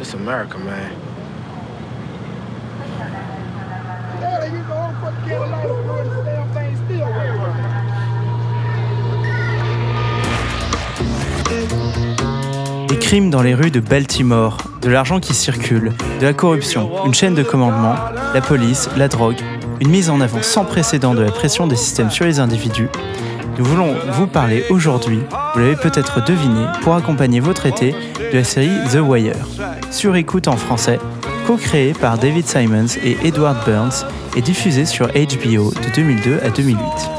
It's America, man. Des crimes dans les rues de Baltimore, de l'argent qui circule, de la corruption, une chaîne de commandement, la police, la drogue, une mise en avant sans précédent de la pression des systèmes sur les individus. Nous voulons vous parler aujourd'hui, vous l'avez peut-être deviné, pour accompagner votre été de la série The Wire, sur écoute en français, co-créée par David Simons et Edward Burns et diffusée sur HBO de 2002 à 2008.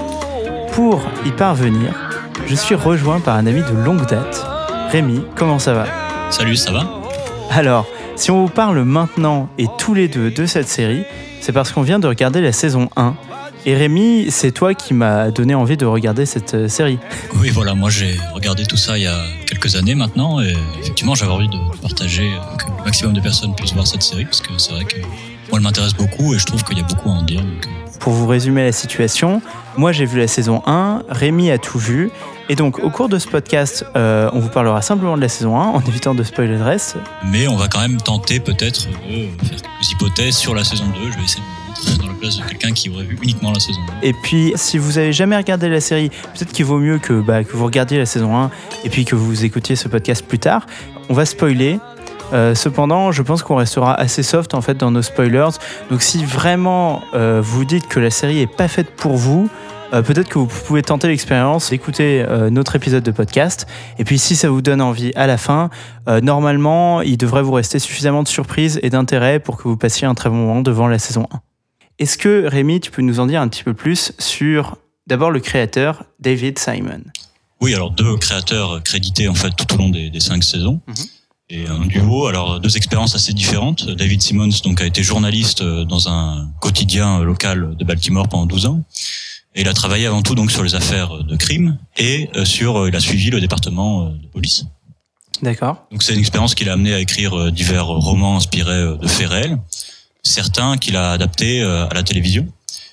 Pour y parvenir, je suis rejoint par un ami de longue date. Rémi, comment ça va ? Salut, ça va ? Alors, si on vous parle maintenant et tous les deux de cette série, c'est parce qu'on vient de regarder la saison 1. Et Rémi, c'est toi qui m'as donné envie de regarder cette série. Oui, voilà, moi j'ai regardé tout ça il y a quelques années maintenant et effectivement j'avais envie de partager, que le maximum de personnes puissent voir cette série parce que c'est vrai que moi elle m'intéresse beaucoup et je trouve qu'il y a beaucoup à en dire. Donc... Pour vous résumer la situation, moi j'ai vu la saison 1, Rémi a tout vu. Et donc au cours de ce podcast, on vous parlera simplement de la saison 1 en évitant de spoiler le reste. Mais on va quand même tenter peut-être de faire quelques hypothèses sur la saison 2. Je vais essayer de me mettre dans la place de quelqu'un qui aurait vu uniquement la saison 1. Et puis si vous avez jamais regardé la série, peut-être qu'il vaut mieux que vous regardiez la saison 1 et puis que vous écoutiez ce podcast plus tard. On va spoiler. Cependant, je pense qu'on restera assez soft en fait dans nos spoilers. Donc si vraiment vous dites que la série est pas faite pour vous, peut-être que vous pouvez tenter l'expérience d'écouter notre épisode de podcast. Et puis si ça vous donne envie à la fin, normalement, il devrait vous rester suffisamment de surprises et d'intérêt pour que vous passiez un très bon moment devant la saison 1. Est-ce que, Rémi, tu peux nous en dire un petit peu plus sur, d'abord, le créateur, David Simon ? Oui, alors 2 créateurs crédités en fait tout au long des 5 saisons. Et un duo, alors 2 expériences assez différentes. David Simmons donc a été journaliste dans un quotidien local de Baltimore pendant 12 ans. Et il a travaillé avant tout donc sur les affaires de crime et il a suivi le département de police. D'accord. Donc c'est une expérience qui l'a amené à écrire divers romans inspirés de faits réels, certains qu'il a adaptés à la télévision.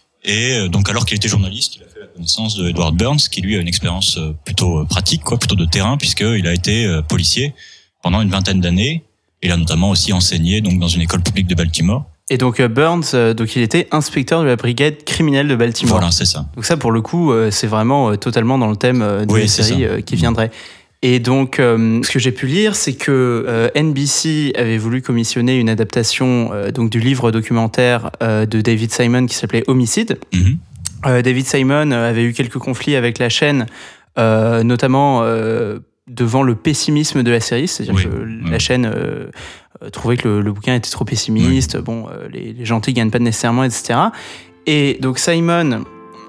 Et donc alors qu'il était journaliste, il a fait la connaissance de Edward Burns, qui lui a une expérience plutôt pratique, plutôt de terrain, puisqu'il a été policier pendant une 20aine d'années. Il a notamment aussi enseigné donc dans une école publique de Baltimore. Et donc Burns, il était inspecteur de la brigade criminelle de Baltimore. Voilà, c'est ça. Donc ça, pour le coup, c'est vraiment totalement dans le thème de la série qui viendrait. Et donc, ce que j'ai pu lire, c'est que NBC avait voulu commissionner une adaptation donc du livre documentaire de David Simon qui s'appelait Homicide. David Simon avait eu quelques conflits avec la chaîne, notamment devant le pessimisme de la série, c'est-à-dire que la chaîne trouvait que le bouquin était trop pessimiste, les gentils gagnent pas nécessairement, etc. Et donc Simon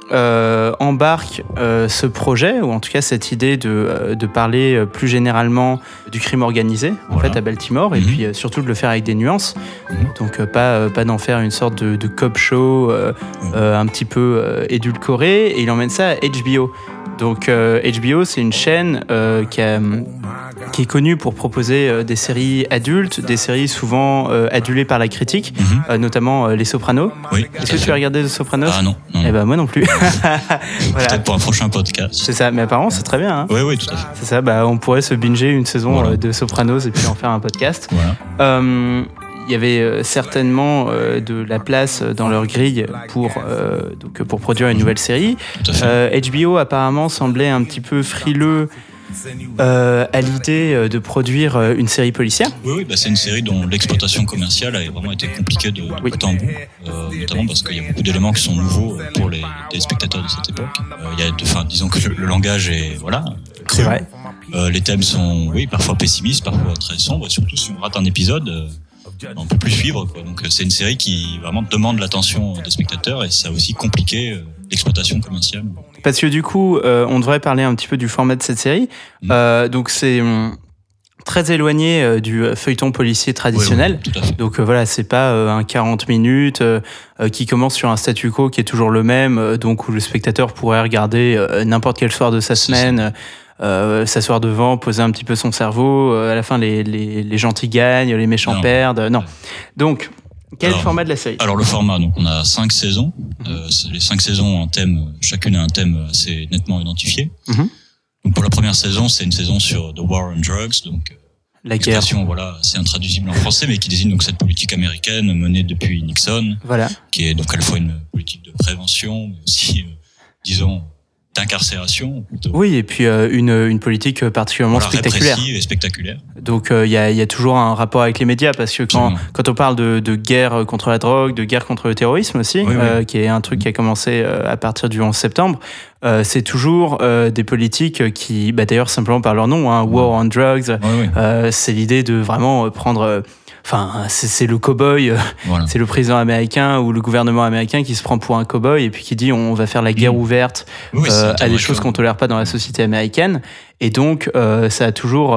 embarque ce projet, ou en tout cas cette idée de parler plus généralement du crime organisé en fait, à Baltimore, et puis surtout de le faire avec des nuances. Donc pas d'en faire une sorte de cop show un petit peu édulcoré, et il emmène ça à HBO. Donc HBO, c'est une chaîne qui est connue pour proposer des séries adultes, des séries souvent adulées par la critique, notamment Les Sopranos. Oui, est-ce que tu as regardé Les Sopranos ? Ah non. Eh ben moi non plus. Voilà. Peut-être pour un prochain podcast. C'est ça, mais apparemment c'est très bien. Hein. Oui, tout à fait. C'est ça, on pourrait se binger une saison de Sopranos et puis en faire un podcast. Voilà. Il y avait certainement de la place dans leur grille pour produire une nouvelle série. HBO apparemment semblait un petit peu frileux à l'idée de produire une série policière. Oui, c'est une série dont l'exploitation commerciale a vraiment été compliquée de bout en bout, notamment parce qu'il y a beaucoup d'éléments qui sont nouveaux pour les téléspectateurs de cette époque. Disons que le langage est creux. C'est vrai. Les thèmes sont parfois pessimistes, parfois très sombres, et surtout si on rate un épisode, on peut plus suivre. Donc c'est une série qui vraiment demande l'attention des spectateurs, et ça a aussi compliqué l'exploitation commerciale. Parce que du coup, on devrait parler un petit peu du format de cette série. Donc c'est très éloigné du feuilleton policier traditionnel. Oui, tout à fait. Donc c'est pas un 40 minutes qui commence sur un statu quo qui est toujours le même, donc où le spectateur pourrait regarder n'importe quel soir de sa semaine. S'asseoir devant, poser un petit peu son cerveau, à la fin les gentils gagnent, les méchants perdent. Non. Donc, quel format de la série ? Alors le format, donc on a 5 saisons. Les 5 saisons ont un thème, chacune a un thème assez nettement identifié. Donc pour la première saison, c'est une saison sur The War on Drugs, donc La guerre. Expression, voilà, c'est intraduisible en français, mais qui désigne donc cette politique américaine menée depuis Nixon. Voilà. Qui est donc à la fois une politique de prévention, mais aussi, disons, d'incarcération plutôt. Oui, et puis une politique particulièrement spectaculaire. Répressive et spectaculaire. Donc il y a toujours un rapport avec les médias, parce que quand on parle de guerre contre la drogue, de guerre contre le terrorisme aussi, qui est un truc qui a commencé à partir du 11 septembre, c'est toujours des politiques qui, d'ailleurs simplement par leur nom, War on Drugs, c'est l'idée de vraiment prendre... Enfin, c'est le cow-boy, c'est le président américain ou le gouvernement américain qui se prend pour un cow-boy et puis qui dit on va faire la guerre ouverte à des choses qu'on tolère pas dans la société américaine. Et donc, ça a toujours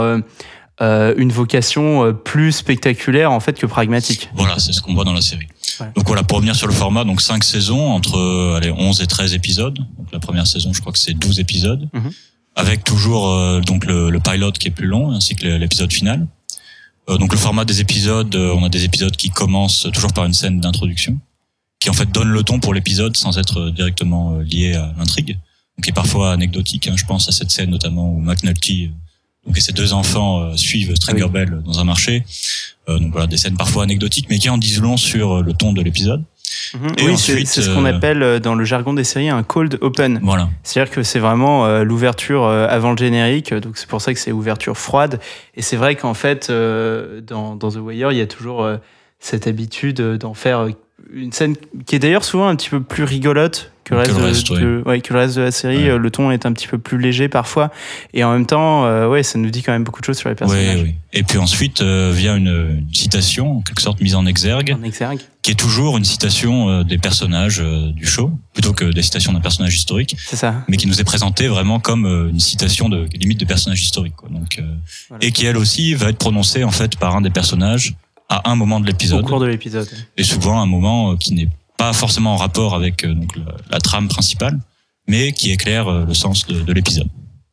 une vocation plus spectaculaire en fait que pragmatique. Voilà, c'est ce qu'on voit dans la série. Ouais. Donc voilà, pour revenir sur le format, donc 5 saisons entre 11 et 13 épisodes. Donc la première saison, je crois que c'est 12 épisodes, avec toujours donc le pilote qui est plus long, ainsi que l'épisode final. Donc le format des épisodes, on a des épisodes qui commencent toujours par une scène d'introduction, qui en fait donne le ton pour l'épisode sans être directement lié à l'intrigue, donc qui est parfois anecdotique. Je pense à cette scène notamment où McNulty et ses 2 enfants suivent Stringer Bell dans un marché. Donc voilà, des scènes parfois anecdotiques, mais qui en disent long sur le ton de l'épisode. Et ensuite, c'est ce qu'on appelle dans le jargon des séries un cold open. Voilà. C'est-à-dire que c'est vraiment l'ouverture avant le générique, donc c'est pour ça que c'est ouverture froide. Et c'est vrai qu'en fait, dans The Wire, il y a toujours cette habitude d'en faire une scène qui est d'ailleurs souvent un petit peu plus rigolote que le reste de la série. Le ton est un petit peu plus léger parfois, et en même temps ça nous dit quand même beaucoup de choses sur les personnages. Et puis ensuite vient une citation en quelque sorte mise en exergue, qui est toujours une citation des personnages du show plutôt que des citations d'un personnage historique. C'est ça. Mais qui nous est présentée vraiment comme une citation de limite de personnage historique, quoi. Donc et qui elle aussi va être prononcée en fait par un des personnages à un moment de l'épisode. Au cours de l'épisode. Et souvent un moment qui n'est pas forcément en rapport avec donc la trame principale, mais qui éclaire le sens de l'épisode.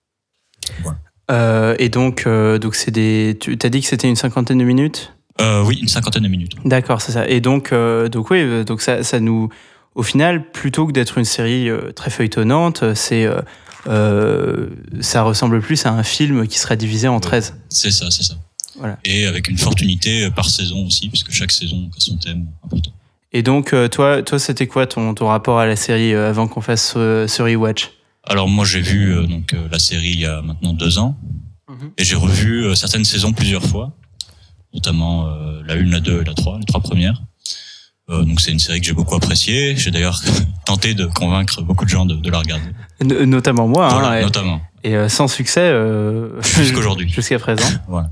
Voilà. Et donc c'est tu t'as dit que c'était une 50aine de minutes. Oui, une 50aine de minutes. D'accord, c'est ça. Et donc ça nous, au final, plutôt que d'être une série très feuilletonnante, ça ressemble plus à un film qui serait divisé en 13. C'est ça. Voilà. Et avec une forte unité par saison aussi, puisque chaque saison a son thème important. Et donc, toi, c'était quoi ton rapport à la série avant qu'on fasse ce rewatch ? Alors moi, j'ai vu la série il y a maintenant 2 ans, et j'ai revu certaines saisons plusieurs fois, notamment la 1, la 2 et la 3, les 3 premières. Donc c'est une série que j'ai beaucoup appréciée. J'ai d'ailleurs tenté de convaincre beaucoup de gens de la regarder. Notamment moi. Voilà, notamment. Et sans succès jusqu'aujourd'hui. Jusqu'à présent. Voilà.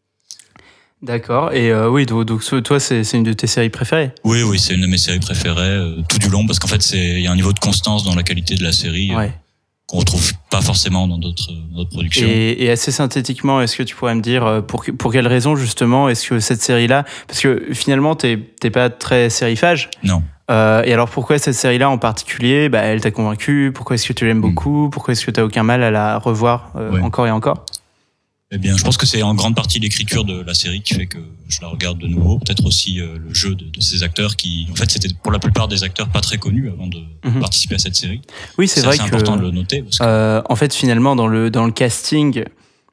D'accord. Et donc toi, c'est une de tes séries préférées ? Oui, c'est une de mes séries préférées tout du long, parce qu'en fait, il y a un niveau de constance dans la qualité de la série qu'on retrouve pas forcément dans d'autres productions. Et assez synthétiquement, est-ce que tu pourrais me dire pour quelle raison justement est-ce que cette série-là, parce que finalement t'es pas très sériephage. Non. Et alors pourquoi cette série-là en particulier, elle t'a convaincu ? Pourquoi est-ce que tu l'aimes beaucoup ? Pourquoi est-ce que t'as aucun mal à la revoir encore et encore ? Eh bien, je pense que c'est en grande partie l'écriture de la série qui fait que je la regarde de nouveau. Peut-être aussi le jeu de ces acteurs qui, en fait, c'était pour la plupart des acteurs pas très connus avant de participer à cette série. Oui, c'est vrai que c'est important de le noter. Parce que... en fait, finalement, dans le casting,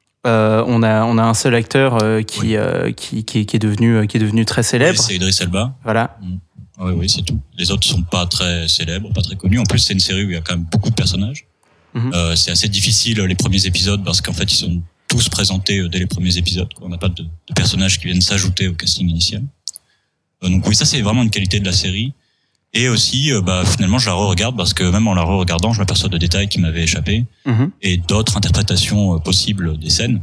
on a un seul acteur qui est devenu très célèbre. Oui, c'est Idris Elba. Voilà. Oui, c'est tout. Les autres sont pas très célèbres, pas très connus. En plus, c'est une série où il y a quand même beaucoup de personnages. C'est assez difficile les premiers épisodes parce qu'en fait, ils sont tous présentés dès les premiers épisodes. On n'a pas de personnages qui viennent s'ajouter au casting initial. Donc oui, ça c'est vraiment une qualité de la série. Et aussi, finalement, je la re-regarde parce que même en la re-regardant, je m'aperçois de détails qui m'avaient échappé et d'autres interprétations possibles des scènes.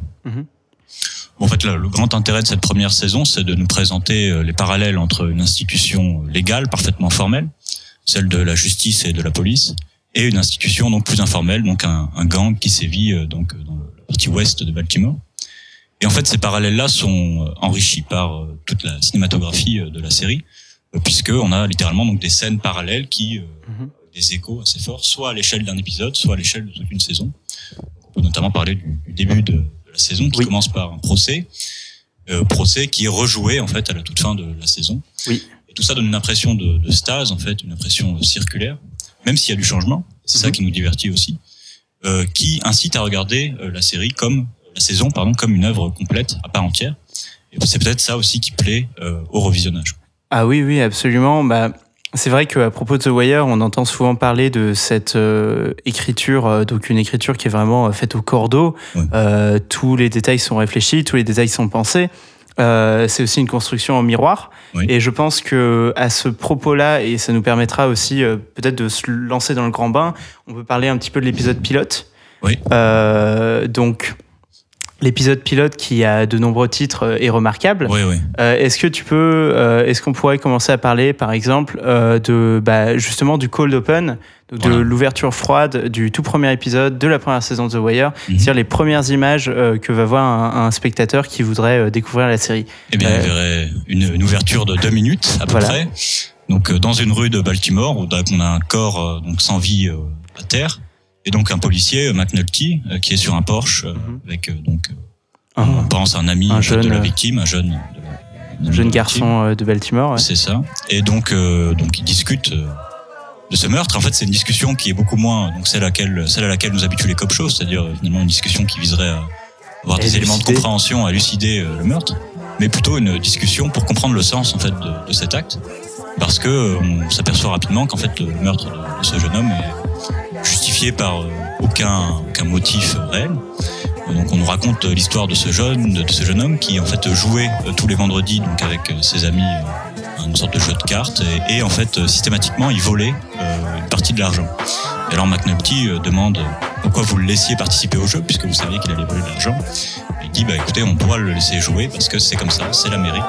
Bon, en fait, le grand intérêt de cette première saison, c'est de nous présenter les parallèles entre une institution légale, parfaitement formelle, celle de la justice et de la police, et une institution donc plus informelle, donc un gang qui sévit donc dans la partie ouest de Baltimore. Et en fait, ces parallèles-là sont enrichis par toute la cinématographie de la série, puisque on a littéralement donc des scènes parallèles qui des échos assez forts, soit à l'échelle d'un épisode, soit à l'échelle de toute une saison. On peut notamment parler du début de la saison qui commence par un procès qui est rejoué en fait à la toute fin de la saison. Oui. Et tout ça donne une impression de stase, en fait, une impression circulaire, même s'il y a du changement. C'est ça qui nous divertit aussi, qui incite à regarder la série comme saison, comme une œuvre complète à part entière. Et c'est peut-être ça aussi qui plaît au revisionnage. Ah oui, absolument. C'est vrai qu'à propos de The Wire, on entend souvent parler de cette écriture, donc une écriture qui est vraiment faite au cordeau. Oui. Tous les détails sont réfléchis, tous les détails sont pensés. C'est aussi une construction en miroir. Oui. Et je pense que à ce propos-là, et ça nous permettra aussi peut-être de se lancer dans le grand bain, on peut parler un petit peu de l'épisode pilote. Oui. Donc, l'épisode pilote qui a de nombreux titres est remarquable. Oui. Est-ce qu'on pourrait commencer à parler, par exemple, justement du cold open, donc de l'ouverture froide du tout premier épisode de la première saison de The Wire, c'est-à-dire les premières images que va voir un spectateur qui voudrait découvrir la série. Eh bien, il verrait une ouverture de 2 minutes à peu près. Donc, dans une rue de Baltimore où on a un corps sans vie à terre. Et donc un policier, McNulty, qui est sur un Porsche avec on pense un ami de la victime, un jeune garçon de Baltimore. Ouais. C'est ça. Et donc ils discutent de ce meurtre. En fait, c'est une discussion qui est beaucoup moins celle à laquelle nous habituent les cop shows, c'est-à-dire finalement une discussion qui viserait à avoir des éléments de compréhension, à lucider le meurtre, mais plutôt une discussion pour comprendre le sens en fait de cet acte, parce que on s'aperçoit rapidement qu'en fait le meurtre de ce jeune homme est justifié par aucun motif réel. Donc on nous raconte l'histoire de ce jeune homme qui en fait jouait tous les vendredis donc avec ses amis une sorte de jeu de cartes et en fait systématiquement il volait une partie de l'argent. Et alors McNulty demande pourquoi vous le laissiez participer au jeu puisque vous saviez qu'il allait voler de l'argent. Il dit écoutez, on pourra le laisser jouer parce que c'est comme ça, c'est l'Amérique.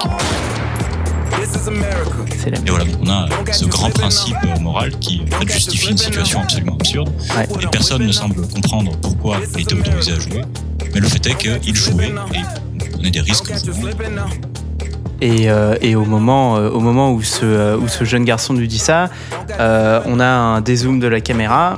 Et voilà, on a ce grand principe moral qui justifie une situation absolument absurde. Ouais. Et personne ne semble comprendre pourquoi il était autorisé à jouer. Mais le fait est qu'il jouait et il prenait des risques. Et au moment où ce jeune garçon lui dit ça, on a un dézoom de la caméra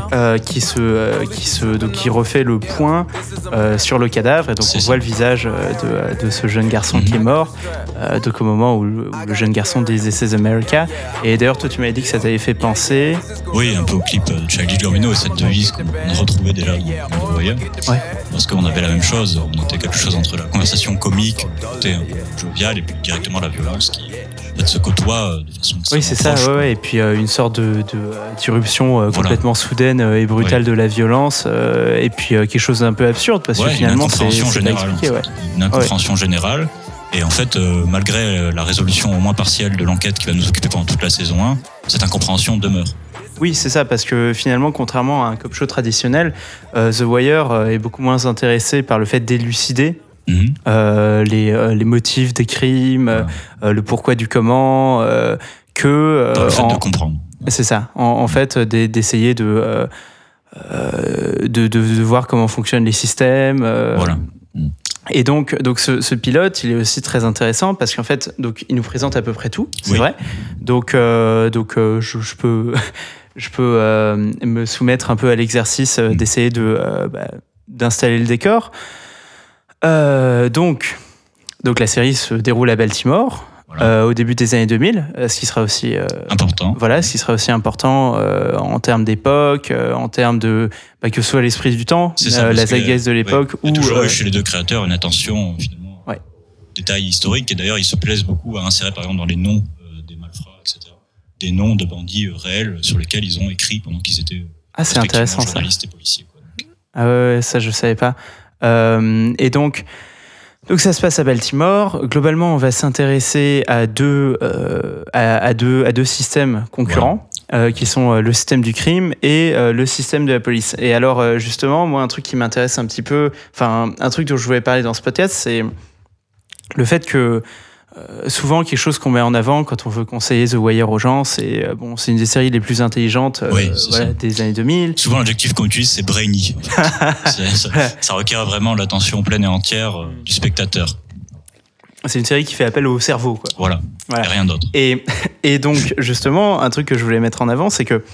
qui refait le point sur le cadavre et donc on voit le visage de ce jeune garçon qui est mort. Donc au moment où le jeune garçon dit This is America. Et d'ailleurs toi tu m'avais dit que ça t'avait fait penser. Oui, un peu au clip de Childish Gambino et cette devise qu'on a retrouvée déjà dans The Wire. Ouais. Parce qu'on avait la même chose, on était quelque chose entre la conversation comique, côté jovial et puis directement la violence qui se côtoie de façon oui, c'est ça, et puis une sorte d'irruption complètement soudaine et brutale de la violence, et puis quelque chose d'un peu absurde parce que finalement c'est expliqué. Une incompréhension générale. Et en fait, malgré la résolution au moins partielle de l'enquête qui va nous occuper pendant toute la saison 1, cette incompréhension demeure. Oui, c'est ça, parce que finalement, contrairement à un cop show traditionnel, The Wire est beaucoup moins intéressé par le fait d'élucider les motifs des crimes, le pourquoi du comment, que... dans le fait de comprendre. C'est ça, en fait, d'essayer de voir comment fonctionnent les systèmes. Voilà. Et donc ce pilote, il est aussi très intéressant parce qu'en fait, donc il nous présente à peu près tout, c'est vrai. Donc je peux me soumettre un peu à l'exercice d'essayer d'installer le décor. Donc la série se déroule à Baltimore. Au début des années 2000, ce qui sera aussi important. Voilà, ce qui sera aussi important en termes d'époque, en termes de que ce soit l'esprit du temps, la zeitgeist de l'époque. Il y a toujours eu chez les deux créateurs une attention finalement détails historiques et d'ailleurs ils se plaisent beaucoup à insérer par exemple dans les noms des malfrats, etc. Des noms de bandits réels sur lesquels ils ont écrit pendant qu'ils étaient c'est intéressant, journalistes et policiers. Ah ouais, ça je savais pas. Et donc ça se passe à Baltimore. Globalement, on va s'intéresser à deux systèmes concurrents, qui sont le système du crime et le système de la police. Et alors, justement, moi, un truc qui m'intéresse un petit peu, enfin, un truc dont je voulais parler dans ce podcast, c'est le fait que souvent, quelque chose qu'on met en avant quand on veut conseiller The Wire aux gens, c'est c'est une des séries les plus intelligentes des années 2000. Souvent, l'adjectif qu'on utilise, c'est brainy. Ça requiert vraiment l'attention pleine et entière du spectateur. C'est une série qui fait appel au cerveau, quoi. Voilà. Et rien d'autre. Et donc, justement, un truc que je voulais mettre en avant, c'est que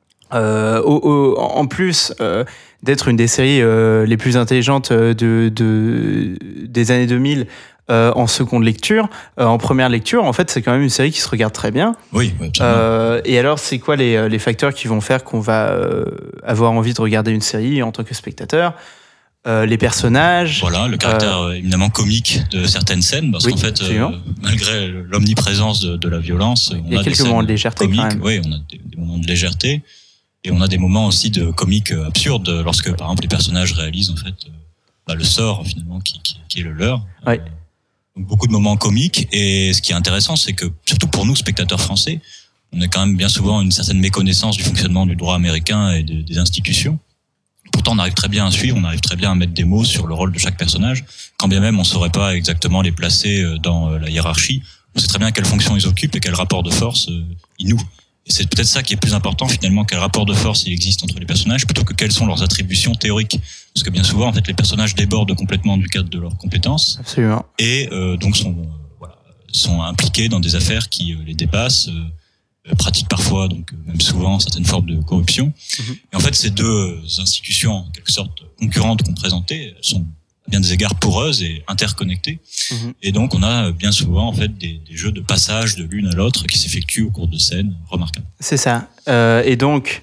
en plus d'être une des séries les plus intelligentes des années 2000, en seconde lecture, en première lecture, en fait, c'est quand même une série qui se regarde très bien. Oui, absolument. Et alors, c'est quoi les facteurs qui vont faire qu'on va avoir envie de regarder une série en tant que spectateur ? les personnages. Voilà, le caractère éminemment comique de certaines scènes, parce qu'en fait, malgré l'omniprésence de la violence, il y a quelques moments de légèreté comiques, quand même. Oui, on a des moments de légèreté, et on a des moments aussi de comique absurde, lorsque par exemple les personnages réalisent en fait le sort finalement qui est le leur. Oui. Donc beaucoup de moments comiques, et ce qui est intéressant, c'est que surtout pour nous spectateurs français, on a quand même bien souvent une certaine méconnaissance du fonctionnement du droit américain et des institutions. Pourtant, on arrive très bien à suivre, on arrive très bien à mettre des mots sur le rôle de chaque personnage, quand bien même on ne saurait pas exactement les placer dans la hiérarchie. On sait très bien quelle fonction ils occupent et quel rapport de force ils nouent. Et c'est peut-être ça qui est plus important finalement, quel rapport de force il existe entre les personnages, plutôt que quelles sont leurs attributions théoriques. Parce que bien souvent, en fait, les personnages débordent complètement du cadre de leurs compétences. Absolument. Et donc sont impliqués dans des affaires qui les dépassent, pratiquent parfois, donc même souvent, certaines formes de corruption. Et en fait, ces deux institutions, en quelque sorte concurrentes qu'on présentait, elles sont à bien des égards poreuses et interconnectées. Et donc, on a bien souvent en fait des jeux de passage de l'une à l'autre qui s'effectuent au cours de scènes remarquables. C'est ça. Et donc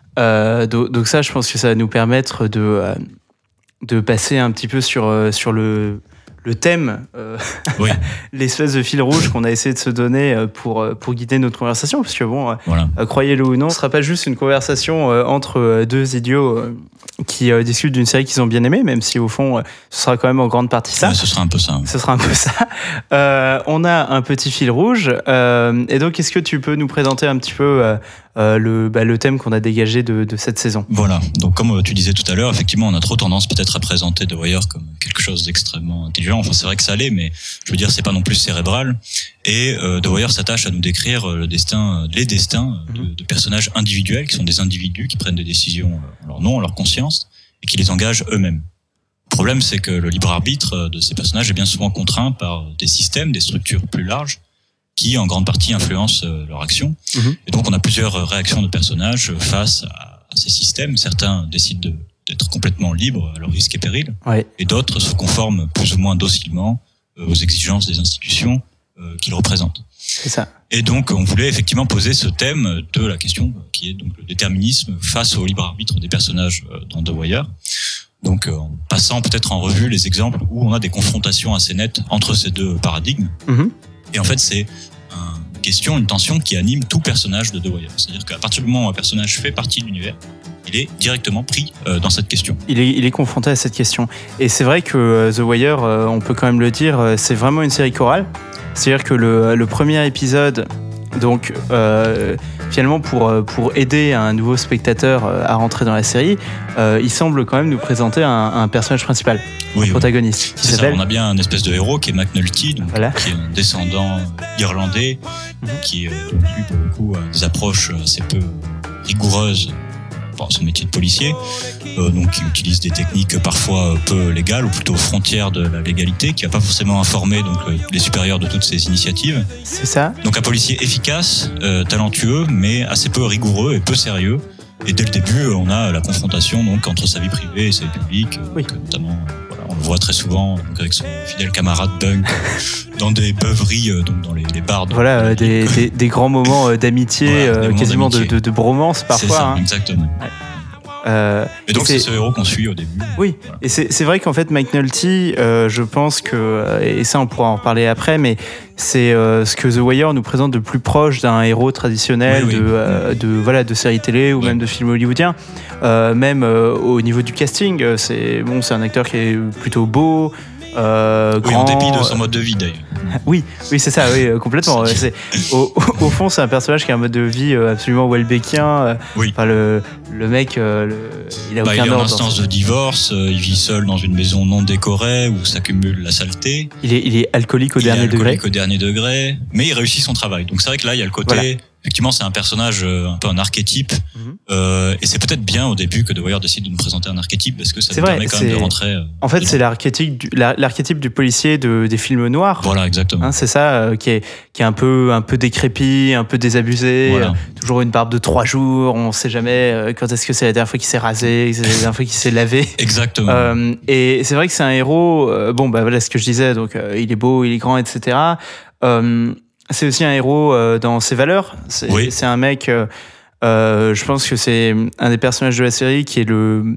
ça, je pense que ça va nous permettre de passer un petit peu sur le thème, oui. l'espèce de fil rouge qu'on a essayé de se donner pour guider notre conversation, parce que bon, voilà. Croyez-le ou non, ce sera pas juste une conversation entre deux idiots qui discutent d'une série qu'ils ont bien aimée, même si au fond, ce sera quand même en grande partie ça. Ouais, ce sera un peu ça. Ce sera un peu ça. On a un petit fil rouge, et donc est-ce que tu peux nous présenter un petit peu le thème qu'on a dégagé de cette saison? Voilà, donc comme tu disais tout à l'heure, effectivement on a trop tendance peut-être à présenter The Wire comme quelque chose d'extrêmement intelligent, enfin c'est vrai que ça l'est, mais je veux dire c'est pas non plus cérébral, et The Wire s'attache à nous décrire les destins de personnages individuels, qui sont des individus qui prennent des décisions en leur nom, en leur conscience, et qui les engagent eux-mêmes. Le problème c'est que le libre arbitre de ces personnages est bien souvent contraint par des systèmes, des structures plus larges, qui en grande partie influencent leur action. Et donc on a plusieurs réactions de personnages face à ces systèmes. Certains décident d'être complètement libres à leur risque et péril, et d'autres se conforment plus ou moins docilement aux exigences des institutions qu'ils représentent. C'est ça. Et donc on voulait effectivement poser ce thème de la question qui est donc le déterminisme face au libre arbitre des personnages dans The Wire. Donc en passant peut-être en revue les exemples où on a des confrontations assez nettes entre ces deux paradigmes. Et en fait, c'est une tension qui anime tout personnage de The Wire. C'est-à-dire qu'à partir du moment où un personnage fait partie de l'univers, il est directement pris dans cette question. Il est confronté à cette question. Et c'est vrai que The Wire, on peut quand même le dire, c'est vraiment une série chorale. C'est-à-dire que le premier épisode, donc finalement pour aider un nouveau spectateur à rentrer dans la série, il semble quand même nous présenter un personnage principal, un protagoniste. Qui s'appelle... On a bien un espèce de héros qui est McNulty, donc, qui est un descendant irlandais, qui lui pour le coup a des approches assez peu rigoureuses pour son métier de policier, donc qui utilise des techniques parfois peu légales ou plutôt aux frontières de la légalité, qui n'a pas forcément informé donc les supérieurs de toutes ces initiatives. C'est ça. Donc un policier efficace, talentueux, mais assez peu rigoureux et peu sérieux. Et dès le début, on a la confrontation donc entre sa vie privée et sa vie publique, donc, notamment. On le voit très souvent donc avec son fidèle camarade Dunk dans des beuveries, donc dans les bars. Voilà, des grands moments d'amitié, quasiment d'amitié. De bromance parfois. C'est ça, exactement. Et donc c'est ce héros qu'on suit au début. Oui, voilà. Et c'est vrai qu'en fait McNulty, je pense que, et ça on pourra en reparler après, mais c'est ce que The Wire nous présente de plus proche d'un héros traditionnel de série télé ou même de film hollywoodien. Même au niveau du casting, c'est un acteur qui est plutôt beau. En dépit de son mode de vie d'ailleurs. Oui, c'est ça, complètement. Au fond, c'est un personnage qui a un mode de vie absolument Welbeckien. Enfin, le mec, il a aucun ordre. Il est en instance de divorce, il vit seul dans une maison non décorée où s'accumule la saleté. Il est alcoolique au dernier degré, mais il réussit son travail. Donc c'est vrai que là, il y a le côté... Voilà. Effectivement, c'est un personnage un peu un archétype, et c'est peut-être bien au début que The Wire décide de nous présenter un archétype parce que ça nous permet quand même de rentrer. En fait, c'est l'archétype du policier des films noirs. Voilà, exactement. C'est ça, qui est un peu décrépit, un peu désabusé, toujours une barbe de 3 jours. On ne sait jamais quand est-ce que c'est la dernière fois qu'il s'est rasé, c'est la dernière fois qu'il s'est lavé. Exactement. Et c'est vrai que c'est un héros. Voilà ce que je disais. Donc, il est beau, il est grand, etc. C'est aussi un héros dans ses valeurs. C'est un mec, je pense que c'est un des personnages de la série qui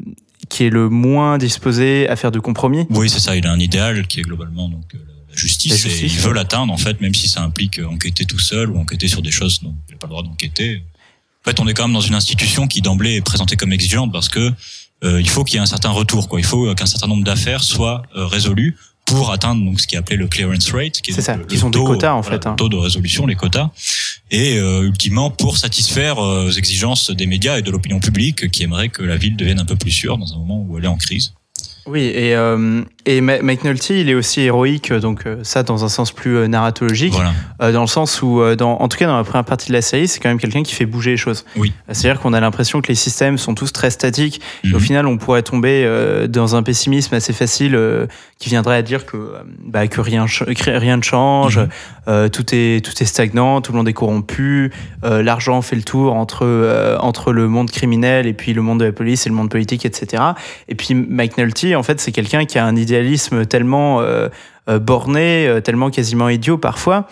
qui est le moins disposé à faire de compromis. Oui, c'est ça. Il a un idéal qui est globalement donc la justice, et il veut l'atteindre en fait, même si ça implique enquêter tout seul ou enquêter sur des choses dont il n'a pas le droit d'enquêter. En fait, on est quand même dans une institution qui d'emblée est présentée comme exigeante parce que il faut qu'il y ait un certain retour, quoi. Il faut qu'un certain nombre d'affaires soient résolues pour atteindre donc ce qui est appelé le clearance rate, qui est ça, qui sont des quotas en fait, le taux de résolution, les quotas, et ultimement pour satisfaire aux exigences des médias et de l'opinion publique qui aimerait que la ville devienne un peu plus sûre dans un moment où elle est en crise. Oui, et McNulty, il est aussi héroïque, donc ça dans un sens plus narratologique, voilà. Dans le sens où, en tout cas dans la première partie de la série, c'est quand même quelqu'un qui fait bouger les choses. Oui. C'est-à-dire qu'on a l'impression que les systèmes sont tous très statiques, et au final on pourrait tomber dans un pessimisme assez facile qui viendrait à dire que rien ne change, tout est stagnant, tout le monde est corrompu, l'argent fait le tour entre le monde criminel et puis le monde de la police et le monde politique, etc. Et puis McNulty, en fait, c'est quelqu'un qui a un idéalisme tellement borné, tellement quasiment idiot parfois,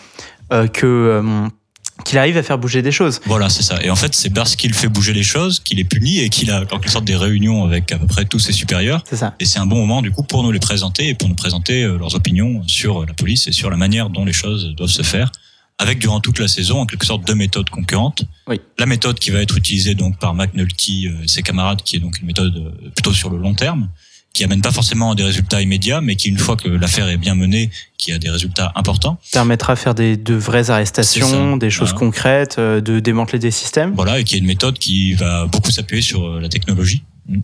qu'il arrive à faire bouger des choses. Voilà, c'est ça. Et en fait, c'est parce qu'il fait bouger les choses qu'il est puni et qu'il a en quelque sorte des réunions avec à peu près tous ses supérieurs. C'est ça. Et c'est un bon moment du coup pour nous les présenter et pour nous présenter leurs opinions sur la police et sur la manière dont les choses doivent se faire, avec durant toute la saison en quelque sorte deux méthodes concurrentes. Oui. La méthode qui va être utilisée donc par McNulty et ses camarades, qui est donc une méthode plutôt sur le long terme, qui amène pas forcément à des résultats immédiats, mais qui, une fois que l'affaire est bien menée, qui a des résultats importants, permettra de faire de vraies arrestations, des choses concrètes, de démanteler des systèmes. Voilà, et qui est une méthode qui va beaucoup s'appuyer sur la technologie,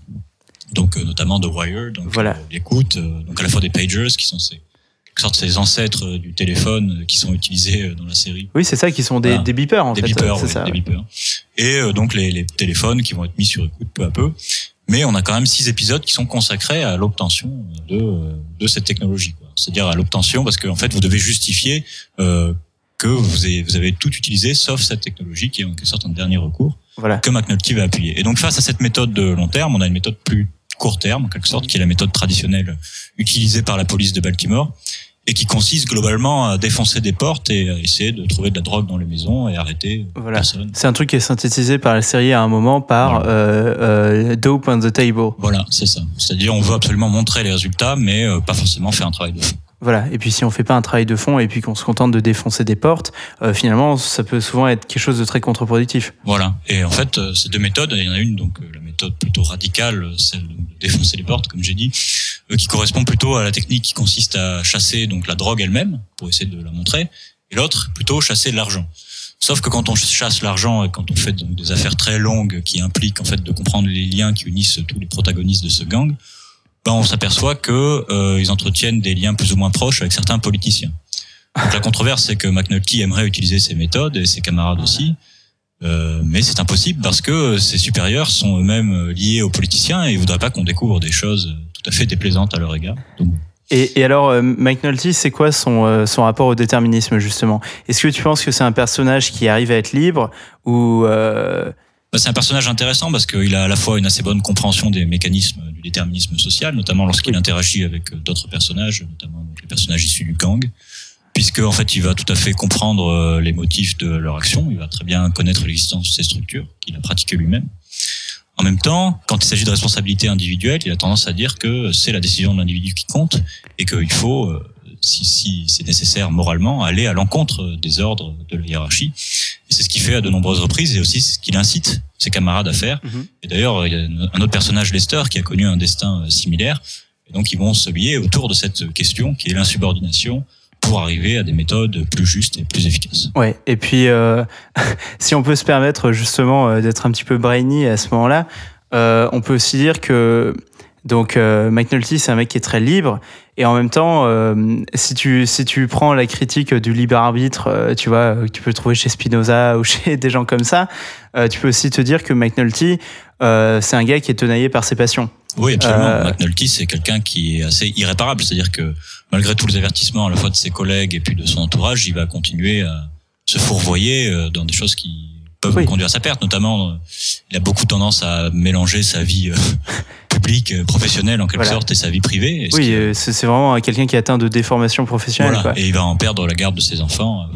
donc notamment de Wire, donc voilà. L'écoute, donc à la fois des pagers qui sont ces ancêtres du téléphone qui sont utilisés dans la série. Oui, c'est ça, qui sont des beepers en fait. Beepers, c'est ça. Des beepers. Et donc les téléphones qui vont être mis sur écoute peu à peu. Mais on a quand même 6 épisodes qui sont consacrés à l'obtention de cette technologie, quoi. C'est-à-dire à l'obtention, parce que en fait vous devez justifier que vous avez tout utilisé sauf cette technologie qui est en quelque sorte un dernier recours, voilà. Que McNulty va appuyer. Et donc face à cette méthode de long terme, on a une méthode plus court terme en quelque sorte, qui est la méthode traditionnelle utilisée par la police de Baltimore, et qui consiste globalement à défoncer des portes et à essayer de trouver de la drogue dans les maisons et arrêter personne. C'est un truc qui est synthétisé par la série à un moment par Dope on the Table. Voilà, c'est ça. C'est-à-dire on veut absolument montrer les résultats, mais pas forcément faire un travail de fond. Voilà. Et puis si on fait pas un travail de fond et puis qu'on se contente de défoncer des portes, finalement ça peut souvent être quelque chose de très contre-productif. Voilà. Et en fait, ces deux méthodes, il y en a une donc la méthode plutôt radicale, celle de défoncer les portes, comme j'ai dit, qui correspond plutôt à la technique qui consiste à chasser donc la drogue elle-même pour essayer de la montrer, et l'autre plutôt chasser l'argent. Sauf que quand on chasse l'argent et quand on fait donc des affaires très longues qui impliquent en fait de comprendre les liens qui unissent tous les protagonistes de ce gang, on s'aperçoit que ils entretiennent des liens plus ou moins proches avec certains politiciens. Donc la controverse, c'est que McNulty aimerait utiliser ces méthodes et ses camarades aussi, mais c'est impossible parce que ses supérieurs sont eux-mêmes liés aux politiciens et ils voudraient pas qu'on découvre des choses tout à fait déplaisantes à leur égard. Donc, et alors, McNulty, c'est quoi son rapport au déterminisme, justement ? Est-ce que tu penses que c'est un personnage qui arrive à être libre ou C'est un personnage intéressant parce qu'il a à la fois une assez bonne compréhension des mécanismes du déterminisme social, notamment lorsqu'il interagit avec d'autres personnages, notamment les personnages issus du gang, puisque en fait il va tout à fait comprendre les motifs de leur action, il va très bien connaître l'existence de ces structures qu'il a pratiquées lui-même. En même temps, quand il s'agit de responsabilité individuelle, il a tendance à dire que c'est la décision de l'individu qui compte et qu'il faut, si c'est nécessaire moralement, aller à l'encontre des ordres de la hiérarchie. Et c'est ce qu'il fait à de nombreuses reprises et aussi c'est ce qu'il incite ses camarades à faire. Et d'ailleurs, il y a un autre personnage, Lester, qui a connu un destin similaire. Et donc, ils vont se lier autour de cette question qui est l'insubordination pour arriver à des méthodes plus justes et plus efficaces. Ouais. Et puis, si on peut se permettre justement d'être un petit peu brainy à ce moment-là, on peut aussi dire que donc McNulty, c'est un mec qui est très libre. Et en même temps, si tu prends la critique du libre arbitre, tu vois, que tu peux trouver chez Spinoza ou chez des gens comme ça, tu peux aussi te dire que McNulty, c'est un gars qui est tenaillé par ses passions. Oui, absolument. McNulty, c'est quelqu'un qui est assez irréparable. C'est-à-dire que malgré tous les avertissements à la fois de ses collègues et puis de son entourage, il va continuer à se fourvoyer dans des choses qui peuvent conduire à sa perte. Notamment, il a beaucoup tendance à mélanger sa vie publique, professionnelle en quelque sorte, et sa vie privée. C'est vraiment quelqu'un qui est atteint de déformation professionnelle. Voilà, quoi. Et il va en perdre la garde de ses enfants à peu près.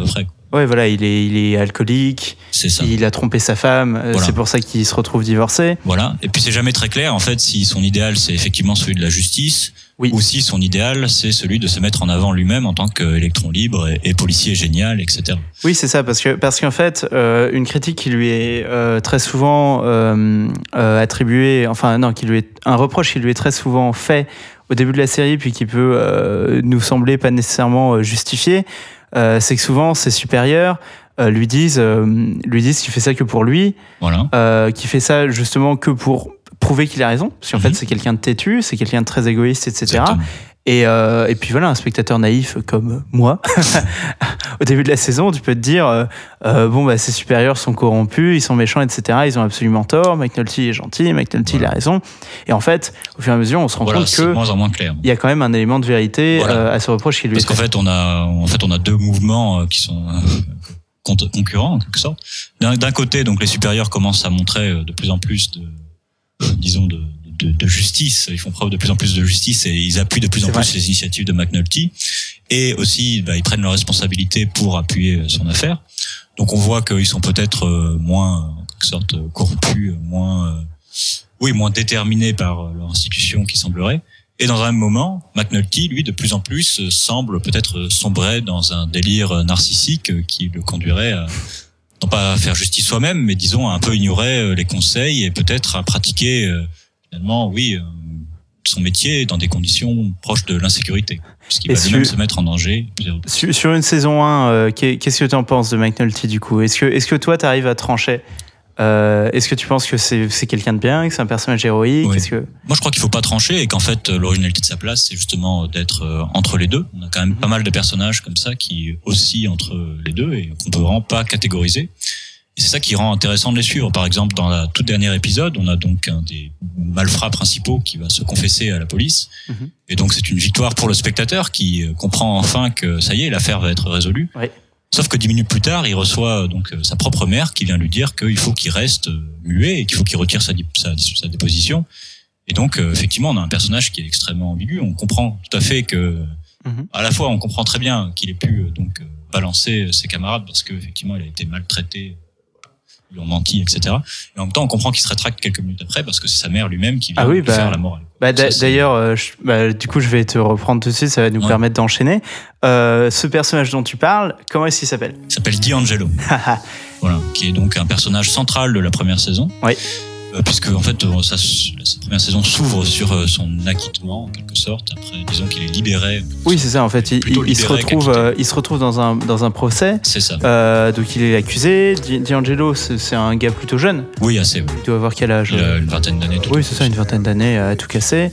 Ouais, voilà, il est alcoolique. C'est ça. Il a trompé sa femme. Voilà. C'est pour ça qu'il se retrouve divorcé. Voilà. Et puis c'est jamais très clair en fait si son idéal c'est effectivement celui de la justice. Oui. Ou si son idéal, c'est celui de se mettre en avant lui-même en tant qu'électron libre et policier génial, etc. Oui, c'est ça, parce qu'en fait, une critique qui lui est très souvent attribuée, un reproche qui lui est très souvent fait au début de la série, puis qui peut nous sembler pas nécessairement justifié, c'est que souvent ses supérieurs lui disent qu'il fait ça que pour lui, voilà. Qu'il fait ça justement que pour prouver qu'il a raison, parce qu'en fait c'est quelqu'un de têtu, c'est quelqu'un de très égoïste, etc. Exactement. Et puis voilà, un spectateur naïf comme moi, au début de la saison, tu peux te dire ses supérieurs sont corrompus, ils sont méchants, etc. Ils ont absolument tort. McNulty est gentil, McNulty il a raison. Et en fait, au fur et à mesure, on se rend compte que moins en moins clair. Il y a quand même un élément de vérité à ce reproche qui lui est fait. Parce qu'en fait, on a deux mouvements qui sont concurrents en quelque sorte. D'un côté, donc les supérieurs commencent à montrer de plus en plus de justice, ils font preuve de plus en plus de justice et ils appuient de plus en plus les initiatives de McNulty et aussi ils prennent leurs responsabilités pour appuyer son affaire. Donc on voit qu'ils sont peut-être moins en quelque sorte corrompus, moins déterminés par leur institution qui semblerait. Et dans un même moment, McNulty, lui, de plus en plus semble peut-être sombrer dans un délire narcissique qui le conduirait à non pas à faire justice soi-même, mais disons à un peu ignorer les conseils et peut-être à pratiquer finalement, son métier dans des conditions proches de l'insécurité, puisqu'il va lui-même se mettre en danger. Sur une saison 1, qu'est-ce que tu en penses de McNulty du coup ? Est-ce que toi, tu arrives à trancher ? Est-ce que tu penses que c'est quelqu'un de bien, que c'est un personnage héroïque ? Oui. Moi, je crois qu'il faut pas trancher et qu'en fait, l'originalité de sa place, c'est justement d'être entre les deux. On a quand même pas mal de personnages comme ça qui oscillent entre les deux et qu'on peut vraiment pas catégoriser. Et c'est ça qui rend intéressant de les suivre. Par exemple, dans la toute dernière épisode, on a donc un des malfrats principaux qui va se confesser à la police. Et donc, c'est une victoire pour le spectateur qui comprend enfin que ça y est, l'affaire va être résolue. Oui. Sauf que 10 minutes plus tard, il reçoit donc sa propre mère qui vient lui dire qu'il faut qu'il reste muet et qu'il faut qu'il retire sa déposition. Et donc, effectivement, on a un personnage qui est extrêmement ambigu. On comprend tout à fait que, à la fois, on comprend très bien qu'il ait pu balancer ses camarades parce que effectivement, il a été maltraité. Ils lui ont menti, etc. Et en même temps, on comprend qu'il se rétracte quelques minutes après parce que c'est sa mère lui-même qui vient lui faire la morale. D'ailleurs, du coup, je vais te reprendre tout de suite, ça va nous permettre d'enchaîner. Ce personnage dont tu parles, comment est-ce qu'il s'appelle ? Il s'appelle D'Angelo. Voilà, qui est donc un personnage central de la première saison. Oui. Puisque en fait, cette première saison s'ouvre sur son acquittement en quelque sorte. Après, disons qu'il est libéré. Oui, c'est ça. En fait, il se retrouve dans un procès. C'est ça. Donc il est accusé. D'Angelo, c'est un gars plutôt jeune. Oui, assez. Il doit avoir quel âge ? Il a une vingtaine d'années. Oui, c'est ça, une vingtaine d'années à tout casser.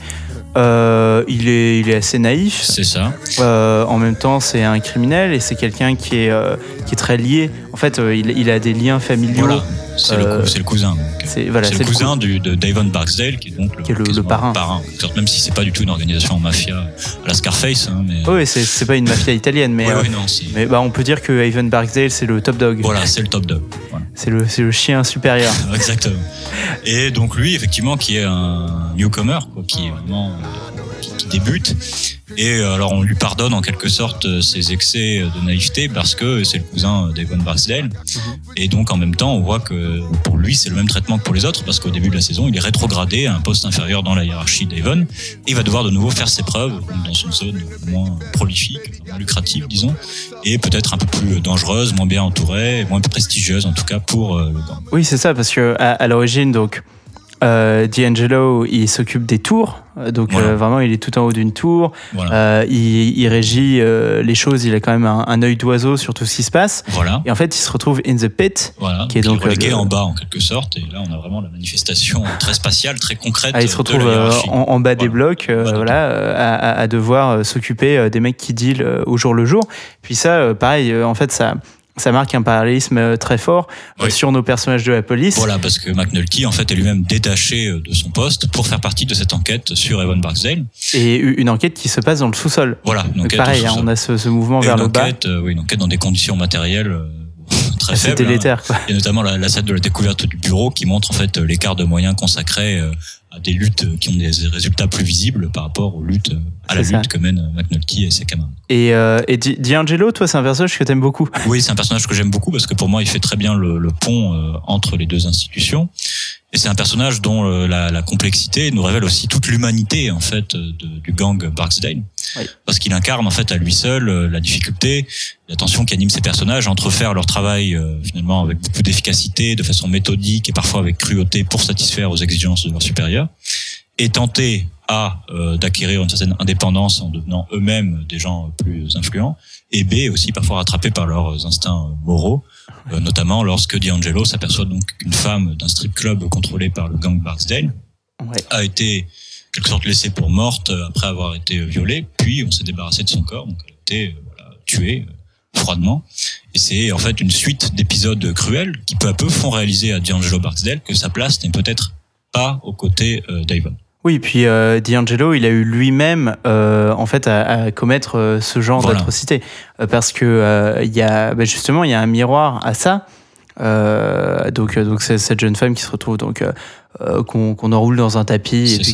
Il est assez naïf. C'est ça. En même temps, c'est un criminel et c'est quelqu'un qui est très lié. En fait, il a des liens familiaux. Voilà. C'est le cousin. C'est le cousin de Davon Barksdale, qui est donc le parrain. Même si c'est pas du tout une organisation mafia à la Scarface. Mais... Oui, c'est pas une mafia italienne, mais, mais on peut dire que Davon Barksdale, c'est le top dog. Voilà, c'est le top dog. Voilà. C'est le chien supérieur. Exactement. Et donc lui, effectivement, qui est un newcomer, qui est vraiment qui débute. Et alors on lui pardonne en quelque sorte ses excès de naïveté parce que c'est le cousin d'Avon Barksdale. Et donc en même temps on voit que pour lui c'est le même traitement que pour les autres parce qu'au début de la saison il est rétrogradé à un poste inférieur dans la hiérarchie d'Avon et il va devoir de nouveau faire ses preuves dans une zone moins prolifique, moins lucrative disons, et peut-être un peu plus dangereuse, moins bien entourée, moins prestigieuse en tout cas pour le gang. Oui c'est ça parce que à l'origine donc D'Angelo, il s'occupe des tours, donc vraiment il est tout en haut d'une tour. Voilà. Il régit les choses. Il a quand même un œil d'oiseau sur tout ce qui se passe. Voilà. Et en fait, il se retrouve in the pit, qui est donc relégué en bas en quelque sorte. Et là, on a vraiment la manifestation très spatiale, très concrète. Il se retrouve en bas des blocs, à devoir s'occuper des mecs qui deal au jour le jour. Puis ça, pareil, en fait, ça marque un parallélisme très fort sur nos personnages de la police. Voilà, parce que McNulty, en fait, est lui-même détaché de son poste pour faire partie de cette enquête sur Avon Barksdale. Et une enquête qui se passe dans le sous-sol. Voilà, une enquête pareil, on a ce mouvement vers le bas. Une enquête dans des conditions matérielles très faibles. Délétère, quoi. Il y a notamment la scène de la découverte du bureau qui montre en fait l'écart de moyens consacrés des luttes qui ont des résultats plus visibles par rapport aux luttes, la lutte que mènent McNulty et ses camarades. Et D'Angelo, toi, c'est un personnage que t'aimes beaucoup. Oui, c'est un personnage que j'aime beaucoup parce que pour moi, il fait très bien le pont entre les deux institutions. Et c'est un personnage dont la complexité nous révèle aussi toute l'humanité en fait du gang Barksdale, parce qu'il incarne en fait à lui seul la difficulté, la tension qui anime ces personnages entre faire leur travail finalement avec beaucoup d'efficacité, de façon méthodique et parfois avec cruauté pour satisfaire aux exigences de leurs supérieurs, et tenter d'acquérir une certaine indépendance en devenant eux-mêmes des gens plus influents, et B aussi parfois rattrapés par leurs instincts moraux. Notamment lorsque D'Angelo s'aperçoit donc qu'une femme d'un strip club contrôlé par le gang Barksdale a été en quelque sorte laissée pour morte après avoir été violée, puis on s'est débarrassé de son corps, donc elle a été tuée froidement. Et c'est en fait une suite d'épisodes cruels qui peu à peu font réaliser à D'Angelo Barksdale que sa place n'est peut-être pas aux côtés d'Ivan. Oui, puis D'Angelo, il a eu lui-même en fait à commettre ce genre d'atrocité, parce que il y a justement il y a un miroir à ça. Donc c'est cette jeune femme qui se retrouve donc qu'on enroule dans un tapis et puis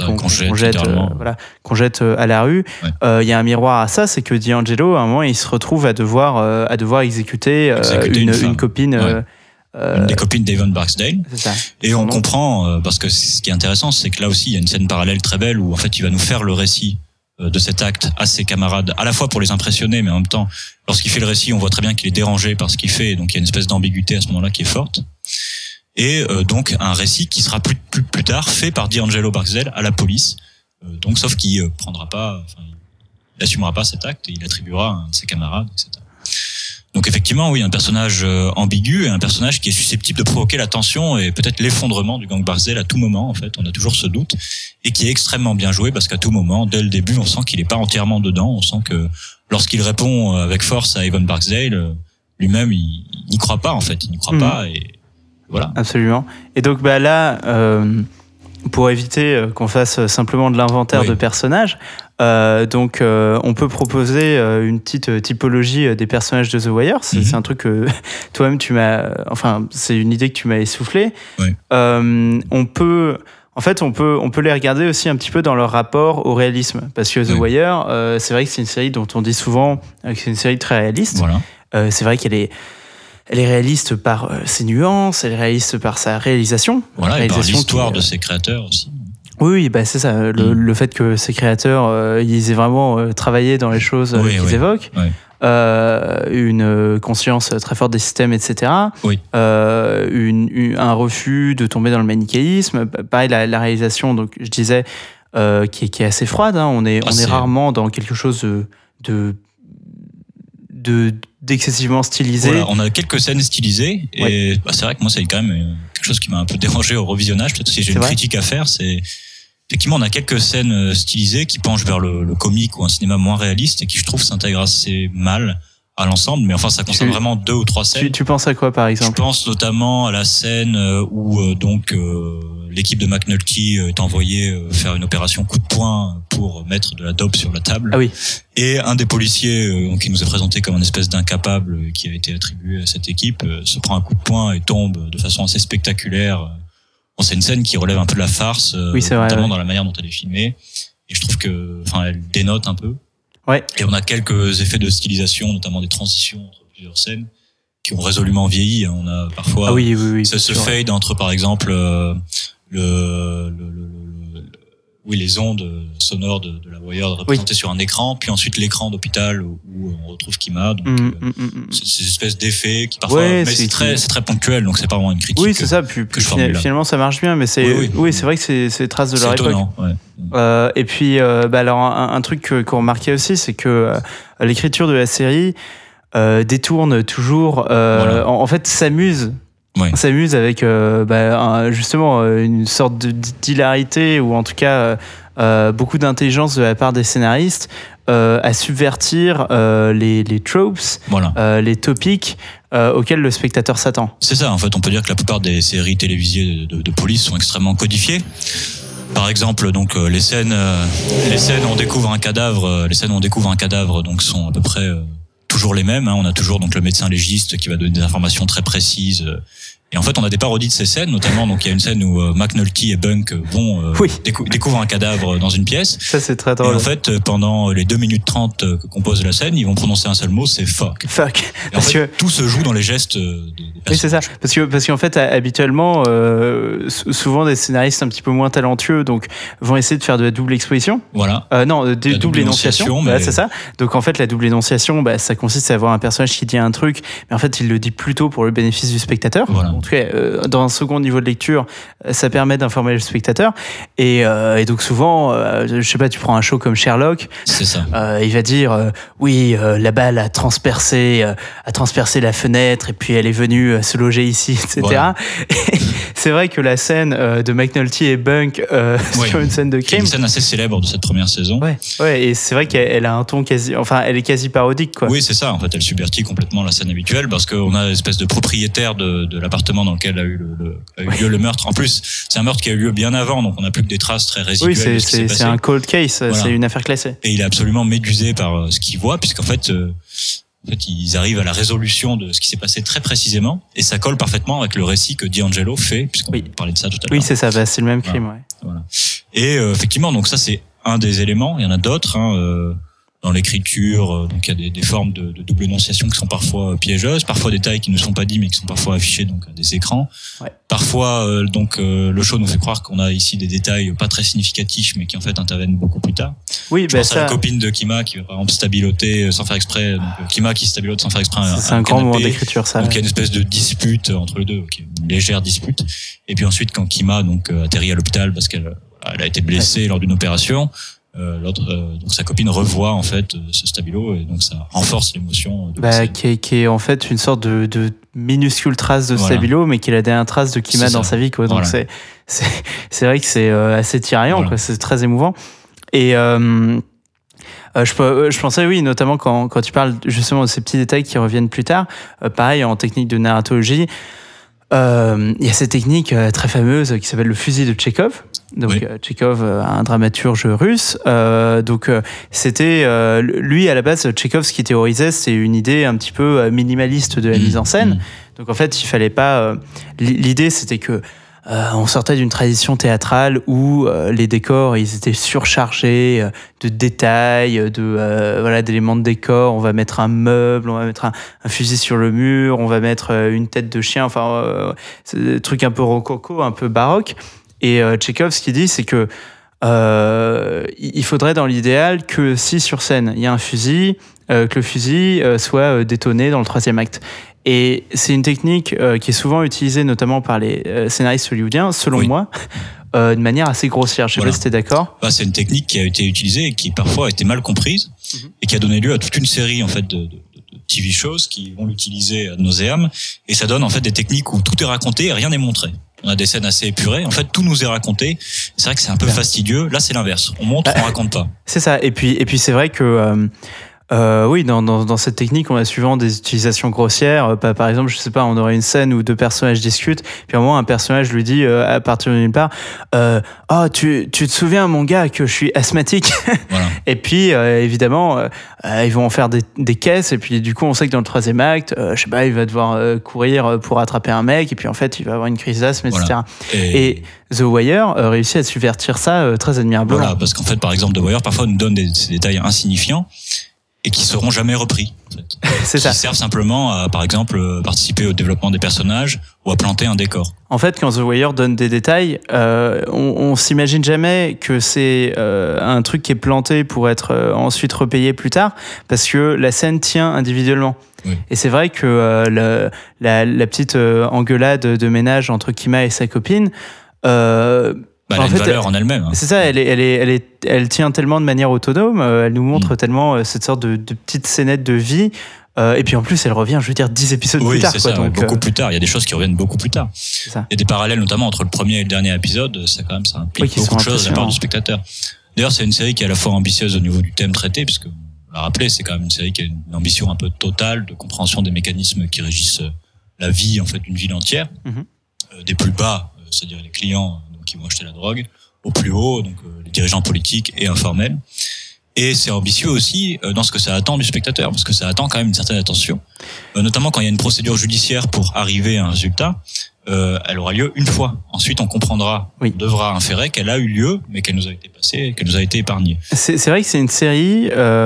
qu'on jette à la rue. Il y a un miroir à ça, c'est que D'Angelo à un moment il se retrouve à devoir exécuter une copine. Une des copines d'Evan Barksdale. C'est ça. Et on comprend, parce que ce qui est intéressant, c'est que là aussi, il y a une scène parallèle très belle où, en fait, il va nous faire le récit de cet acte à ses camarades, à la fois pour les impressionner, mais en même temps, lorsqu'il fait le récit, on voit très bien qu'il est dérangé par ce qu'il fait, donc il y a une espèce d'ambiguïté à ce moment-là qui est forte. Et donc, un récit qui sera plus tard fait par D'Angelo Barksdale à la police, donc sauf qu'il il assumera pas cet acte et il attribuera à un de ses camarades, etc. Donc effectivement, oui, un personnage ambigu et un personnage qui est susceptible de provoquer la tension et peut-être l'effondrement du gang Barksdale à tout moment, en fait. On a toujours ce doute et qui est extrêmement bien joué parce qu'à tout moment, dès le début, on sent qu'il n'est pas entièrement dedans. On sent que lorsqu'il répond avec force à Evan Barksdale, lui-même, il n'y croit pas, en fait. Il n'y croit pas et voilà. Absolument. Et donc là, pour éviter qu'on fasse simplement de l'inventaire de personnages, on peut proposer une petite typologie des personnages de The Wire. C'est un truc que toi-même c'est une idée que tu m'as essoufflée. On peut les regarder aussi un petit peu dans leur rapport au réalisme, parce que The Wire, c'est vrai que c'est une série dont on dit souvent que c'est une série très réaliste. C'est vrai qu'elle est réaliste par ses nuances, elle est réaliste par sa réalisation. Et par l'histoire de ses créateurs aussi. Oui, c'est ça. Le fait que ces créateurs, ils aient vraiment travaillé dans les choses qu'ils évoquent, une conscience très forte des systèmes, etc. Un refus de tomber dans le manichéisme. Pareil, la réalisation, donc je disais, qui est assez froide. On est rarement dans quelque chose d'excessivement stylisé. On a quelques scènes stylisées et c'est vrai que moi c'est quand même quelque chose qui m'a un peu dérangé au revisionnage. Peut-être si j'ai une critique à faire, c'est effectivement on a quelques scènes stylisées qui penchent vers le comique ou un cinéma moins réaliste et qui je trouve s'intègrent assez mal à l'ensemble, mais enfin ça concerne vraiment 2 ou 3 scènes. Tu penses à quoi par exemple? Je pense notamment à la scène où l'équipe de McNulty est envoyée faire une opération coup de poing pour mettre de la dope sur la table. Ah oui. Et un des policiers qui nous est présenté comme une espèce d'incapable qui a été attribué à cette équipe se prend un coup de poing et tombe de façon assez spectaculaire. Bon, c'est une scène qui relève un peu de la farce, notamment dans la manière dont elle est filmée. Et je trouve que, elle dénote un peu. Et on a quelques effets de stylisation, notamment des transitions entre plusieurs scènes, qui ont résolument vieilli. On a parfois ce fade entre, par exemple, les ondes sonores de la Wire représentées sur un écran, puis ensuite l'écran d'hôpital où on retrouve Kima. Donc, c'est ces espèces d'effets qui parfois, mais c'est très ponctuel, donc c'est pas vraiment une critique. Oui, c'est ça. Puis finalement, ça marche bien, mais c'est vrai que c'est trace de leur époque. Et puis, alors un truc qu'on remarquait aussi, c'est que l'écriture de la série détourne toujours, en fait, s'amuse. On s'amuse avec justement une sorte d'hilarité ou en tout cas beaucoup d'intelligence de la part des scénaristes à subvertir les tropes, les topics auxquels le spectateur s'attend. C'est ça, en fait, on peut dire que la plupart des séries télévisées de police sont extrêmement codifiées. Par exemple, donc les scènes où on découvre un cadavre, donc sont à peu près toujours les mêmes. On a toujours donc le médecin légiste qui va donner des informations très précises Et en fait, on a des parodies de ces scènes, notamment, donc il y a une scène où McNulty et Bunk vont découvrent un cadavre dans une pièce. Ça, c'est très drôle. Et en fait, pendant les 2 minutes 30 que compose la scène, ils vont prononcer un seul mot, c'est fuck. Fuck. Et en fait, tout se joue dans les gestes des personnages. Oui, c'est ça. Parce qu'en fait, habituellement, souvent des scénaristes un petit peu moins talentueux, donc, vont essayer de faire de la double exposition. Voilà. Double énonciation. Mais... c'est ça. Donc, en fait, la double énonciation, ça consiste à avoir un personnage qui dit un truc, mais en fait, il le dit plutôt pour le bénéfice du spectateur. Voilà. En tout cas, dans un second niveau de lecture, ça permet d'informer le spectateur. Et donc souvent, je sais pas, tu prends un show comme Sherlock, c'est ça. Il va dire oui, la balle a transpercé la fenêtre et puis elle est venue se loger ici, etc. Voilà. Et c'est vrai que la scène de McNulty et Bunk sur une scène de crime, une scène assez célèbre de cette première saison. Ouais, et c'est vrai qu'elle a un ton elle est quasi parodique, quoi. Oui, c'est ça. En fait, elle subvertit complètement la scène habituelle parce qu'on a une espèce de propriétaire de l'appartement dans lequel a eu lieu le meurtre. En plus, c'est un meurtre qui a eu lieu bien avant, donc on n'a plus que des traces très résiduelles. Oui, c'est un cold case, voilà. C'est une affaire classée. Et il est absolument médusé par ce qu'il voit, puisqu'en fait, ils arrivent à la résolution de ce qui s'est passé très précisément, et ça colle parfaitement avec le récit que D'Angelo fait, puisqu'on parlait de ça tout à l'heure. Oui, c'est ça, c'est le même crime, voilà. Et effectivement, donc ça c'est un des éléments. Il y en a d'autres. Dans l'écriture, donc il y a des formes de double énonciation qui sont parfois piégeuses, parfois des détails qui ne sont pas dits mais qui sont parfois affichés donc à des écrans. Ouais. Parfois le show nous fait croire qu'on a ici des détails pas très significatifs mais qui en fait interviennent beaucoup plus tard. Oui, je pense à la copine de Kima qui va par exemple stabiloter sans faire exprès, donc Kima qui stabilote sans faire exprès c'est un grand moment d'écriture, ça. Donc il y a une espèce de dispute entre les deux, une légère dispute. Et puis ensuite quand Kima donc atterrit à l'hôpital parce qu'elle a été blessée lors d'une opération, donc sa copine revoit en fait ce stabilo et donc ça renforce l'émotion qui est en fait une sorte de minuscule trace de stabilo mais qui est la dernière trace de Kima dans sa vie, quoi. Donc c'est vrai que c'est assez tiraillant, quoi. C'est très émouvant. Et je pensais, oui, notamment quand tu parles justement de ces petits détails qui reviennent plus tard, pareil en technique de narratologie, il y a cette technique très fameuse qui s'appelle le fusil de Tchekhov. Donc Tchekhov, un dramaturge russe. C'était lui à la base, Tchekhov, ce qui théorisait, c'est une idée un petit peu minimaliste de la mise en scène. Donc en fait, il fallait pas. L'idée, c'était que on sortait d'une tradition théâtrale où les décors ils étaient surchargés de détails, d'éléments de décor. On va mettre un meuble, on va mettre un fusil sur le mur, on va mettre une tête de chien. Enfin, c'est des trucs un peu rococo, un peu baroque. Et Tchekhov, ce qu'il dit, c'est que il faudrait dans l'idéal que si sur scène il y a un fusil, que le fusil soit détonné dans le 3e acte. Et c'est une technique qui est souvent utilisée notamment par les scénaristes hollywoodiens, selon moi, de manière assez grossière. Je sais pas si t'es d'accord. C'est une technique qui a été utilisée et qui parfois a été mal comprise et qui a donné lieu à toute une série en fait de TV shows qui vont l'utiliser ad nauseam. Et ça donne en fait des techniques où tout est raconté et rien n'est montré. On a des scènes assez épurées. En fait, tout nous est raconté. C'est vrai que c'est un peu fastidieux. Là, c'est l'inverse. On montre, on raconte pas. C'est ça. Et puis c'est vrai que oui, dans cette technique, on a souvent des utilisations grossières. Par exemple, je sais pas, on aurait une scène où deux personnages discutent, puis à un moment, un personnage lui dit, à partir de nulle part, oh, tu te souviens, mon gars, que je suis asthmatique. Voilà. Et puis, évidemment, ils vont en faire des caisses, et puis du coup, on sait que dans le 3e acte, je sais pas, il va devoir courir pour attraper un mec, et puis en fait, il va avoir une crise d'asthme, etc. Voilà. Et The Wire réussit à subvertir ça très admirablement. Voilà, parce qu'en fait, par exemple, The Wire, parfois, nous donne des détails insignifiants, et qui seront jamais repris. En fait. C'est ça. Qui servent simplement à, par exemple, participer au développement des personnages ou à planter un décor. En fait, quand The Wire donne des détails, on s'imagine jamais que c'est un truc qui est planté pour être ensuite repayé plus tard, parce que la scène tient individuellement. Oui. Et c'est vrai que la petite engueulade de ménage entre Kima et sa copine, elle a une valeur en elle-même. C'est ça, elle tient tellement de manière autonome, elle nous montre tellement cette sorte de petite scénette de vie, et puis en plus elle revient, je veux dire, 10 épisodes plus tard. Oui, c'est ça, donc, beaucoup plus tard. Il y a des choses qui reviennent beaucoup plus tard. Il y a des parallèles notamment entre le premier et le dernier épisode, ça implique beaucoup de choses de la part du spectateur. D'ailleurs, c'est une série qui est à la fois ambitieuse au niveau du thème traité, puisque, on l'a rappelé, c'est quand même une série qui a une ambition un peu totale de compréhension des mécanismes qui régissent la vie, en fait, d'une ville entière, des plus bas, c'est-à-dire les clients qui vont acheter la drogue, au plus haut, donc les dirigeants politiques et informels. Et c'est ambitieux aussi dans ce que ça attend du spectateur, parce que ça attend quand même une certaine attention, notamment quand il y a une procédure judiciaire pour arriver à un résultat. elle aura lieu une fois. Ensuite, on comprendra, on devra inférer qu'elle a eu lieu, mais qu'elle nous a été passée, qu'elle nous a été épargnée. C'est vrai que c'est une série,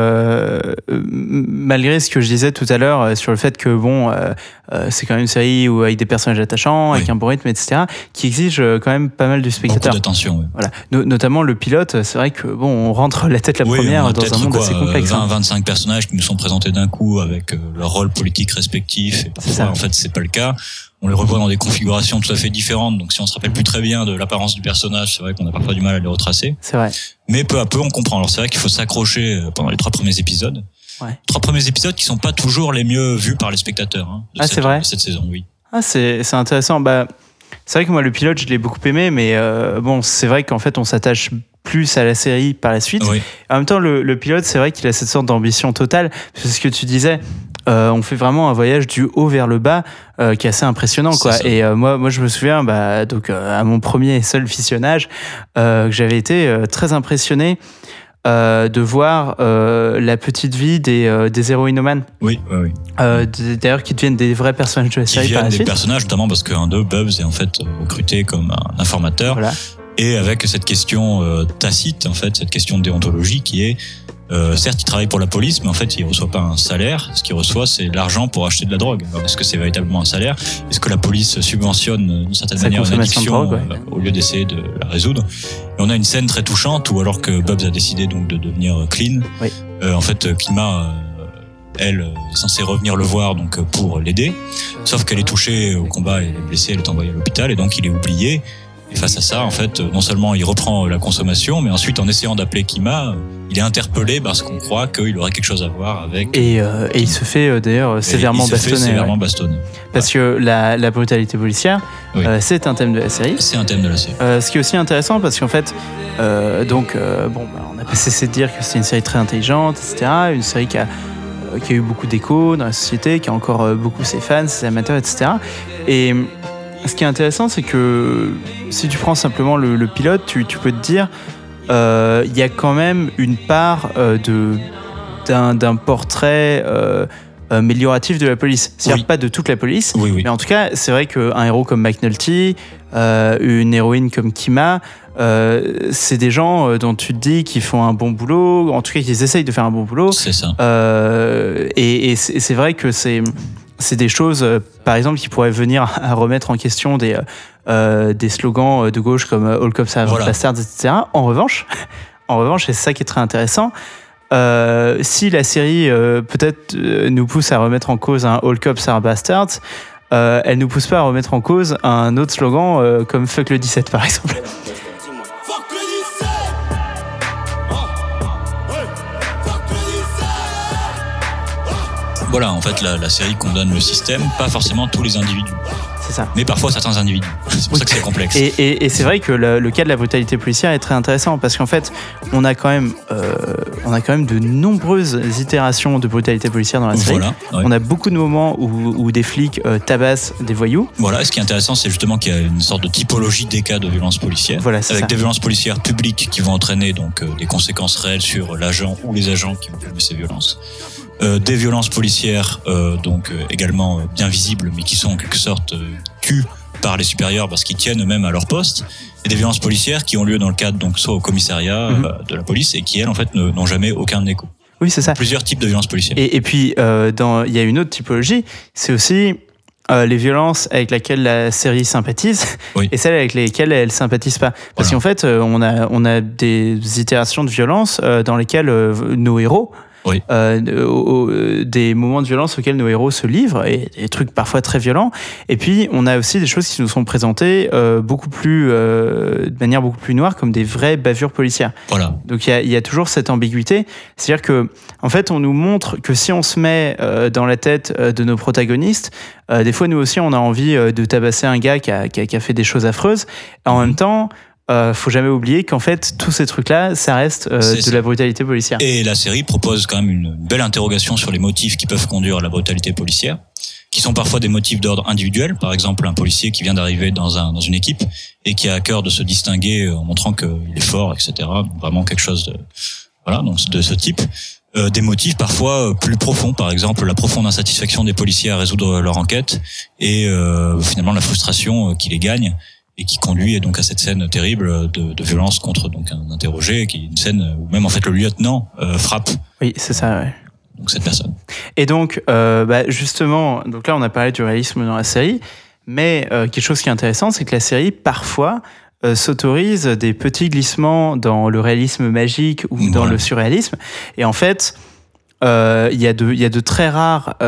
malgré ce que je disais tout à l'heure sur le fait que c'est quand même une série où avec des personnages attachants, avec un bon rythme, etc., qui exige quand même pas mal du spectateur. Beaucoup d'attention. Oui. Voilà. Notamment le pilote, c'est vrai que on rentre la tête la première dans un monde assez complexe. 20-25 personnages qui nous sont présentés d'un coup avec leur rôle politique respectif. Et parfois, en fait, c'est pas le cas. On les revoit dans des configurations tout à fait différentes. Donc, si on se rappelle plus très bien de l'apparence du personnage, c'est vrai qu'on a parfois du mal à les retracer. C'est vrai. Mais peu à peu, on comprend. Alors, c'est vrai qu'il faut s'accrocher pendant les 3 premiers épisodes. Ouais. 3 premiers épisodes qui sont pas toujours les mieux vus par les spectateurs. C'est vrai. Cette saison, oui. C'est intéressant. C'est vrai que moi, le pilote, je l'ai beaucoup aimé, mais c'est vrai qu'en fait, on s'attache plus à la série par la suite. Oui. En même temps, le pilote, c'est vrai qu'il a cette sorte d'ambition totale. C'est ce que tu disais. On fait vraiment un voyage du haut vers le bas qui est assez impressionnant, quoi. Et moi, je me souviens, à mon premier et seul visionnage, que j'avais été très impressionné de voir la petite vie des héroïnomanes. Oui. D'ailleurs, qui deviennent des vrais personnages de la série par la suite. Des personnages, notamment parce qu'un d'eux, Bubbs, est en fait recruté comme un informateur. Voilà. Et avec cette question tacite, en fait, cette question de déontologie qui est certes, il travaille pour la police, mais en fait, il reçoit pas un salaire. Ce qu'il reçoit, c'est l'argent pour acheter de la drogue. Alors, est-ce que c'est véritablement un salaire? Est-ce que la police subventionne d'une certaine manière une addiction au lieu d'essayer de la résoudre? Et on a une scène très touchante où, alors que Bubbs a décidé donc de devenir clean, en fait, Kima, elle est censée revenir le voir donc pour l'aider. Sauf qu'elle est touchée au combat, elle est blessée, elle est envoyée à l'hôpital et donc il est oublié. Et face à ça, en fait, non seulement il reprend la consommation, mais ensuite, en essayant d'appeler Kima, il est interpellé parce qu'on croit qu'il aurait quelque chose à voir avec... Et il se fait d'ailleurs sévèrement bastonner. Parce que la brutalité policière, c'est un thème de la série. C'est un thème de la série. Ce qui est aussi intéressant, parce qu'en fait, on n'a pas cessé de dire que c'est une série très intelligente, etc. Une série qui a eu beaucoup d'écho dans la société, qui a encore beaucoup ses fans, ses amateurs, etc. Et... ce qui est intéressant, c'est que si tu prends simplement le pilote, tu peux te dire il y a quand même une part d'un portrait amélioratif de la police. C'est-à-dire pas de toute la police, mais en tout cas, c'est vrai qu'un héros comme McNulty, une héroïne comme Kima, c'est des gens dont tu te dis qu'ils font un bon boulot, en tout cas qu'ils essayent de faire un bon boulot. C'est ça. Et c'est vrai que c'est des choses, par exemple, qui pourraient venir à remettre en question des slogans de gauche comme All Cops Are Bastards, etc. En revanche, et c'est ça qui est très intéressant, si la série peut-être nous pousse à remettre en cause un All Cops Are Bastards, elle nous pousse pas à remettre en cause un autre slogan comme Fuck le 17, par exemple. Voilà, en fait, la série condamne le système, pas forcément tous les individus. C'est ça. Mais parfois certains individus. C'est pour ça que c'est complexe. Et c'est vrai que le cas de la brutalité policière est très intéressant parce qu'en fait, on a quand même de nombreuses itérations de brutalité policière dans la série. On a beaucoup de moments où des flics tabassent des voyous. Voilà, ce qui est intéressant, c'est justement qu'il y a une sorte de typologie des cas de violences policières. Avec des violences policières publiques qui vont entraîner donc des conséquences réelles sur l'agent ou les agents qui vont commettre ces violences. Des violences policières également bien visibles, mais qui sont en quelque sorte tues par les supérieurs parce qu'ils tiennent eux-mêmes à leur poste, et des violences policières qui ont lieu dans le cadre donc soit au commissariat de la police et qui elles en fait n'ont jamais aucun écho. Oui, c'est ça. Plusieurs types de violences policières. Et puis il y a une autre typologie, c'est aussi les violences avec lesquelles la série sympathise et celles avec lesquelles elle sympathise pas. Parce qu'en fait, on a des itérations de violence dans lesquelles nos héros des moments de violence auxquels nos héros se livrent et des trucs parfois très violents. Et puis on a aussi des choses qui nous sont présentées de manière beaucoup plus noire, comme des vraies bavures policières. Donc il y a toujours cette ambiguïté, c'est-à-dire que en fait on nous montre que si on se met dans la tête de nos protagonistes, des fois nous aussi on a envie de tabasser un gars qui a fait des choses affreuses. En même temps, faut jamais oublier qu'en fait tous ces trucs-là, ça reste de la brutalité policière. Et la série propose quand même une belle interrogation sur les motifs qui peuvent conduire à la brutalité policière, qui sont parfois des motifs d'ordre individuel. Par exemple, un policier qui vient d'arriver dans une équipe et qui a à cœur de se distinguer en montrant qu'il est fort, etc. Donc, vraiment quelque chose de ce type. des motifs parfois plus profonds, par exemple la profonde insatisfaction des policiers à résoudre leur enquête et finalement la frustration qui les gagne et qui conduit donc à cette scène terrible de violence contre donc un interrogé, qui est une scène où même en fait le lieutenant frappe. Oui, c'est ça, ouais. Donc cette personne. Et donc justement, donc là on a parlé du réalisme dans la série, mais quelque chose qui est intéressant, c'est que la série parfois s'autorise des petits glissements dans le réalisme magique ou dans le surréalisme. Et en fait, il y a de très rares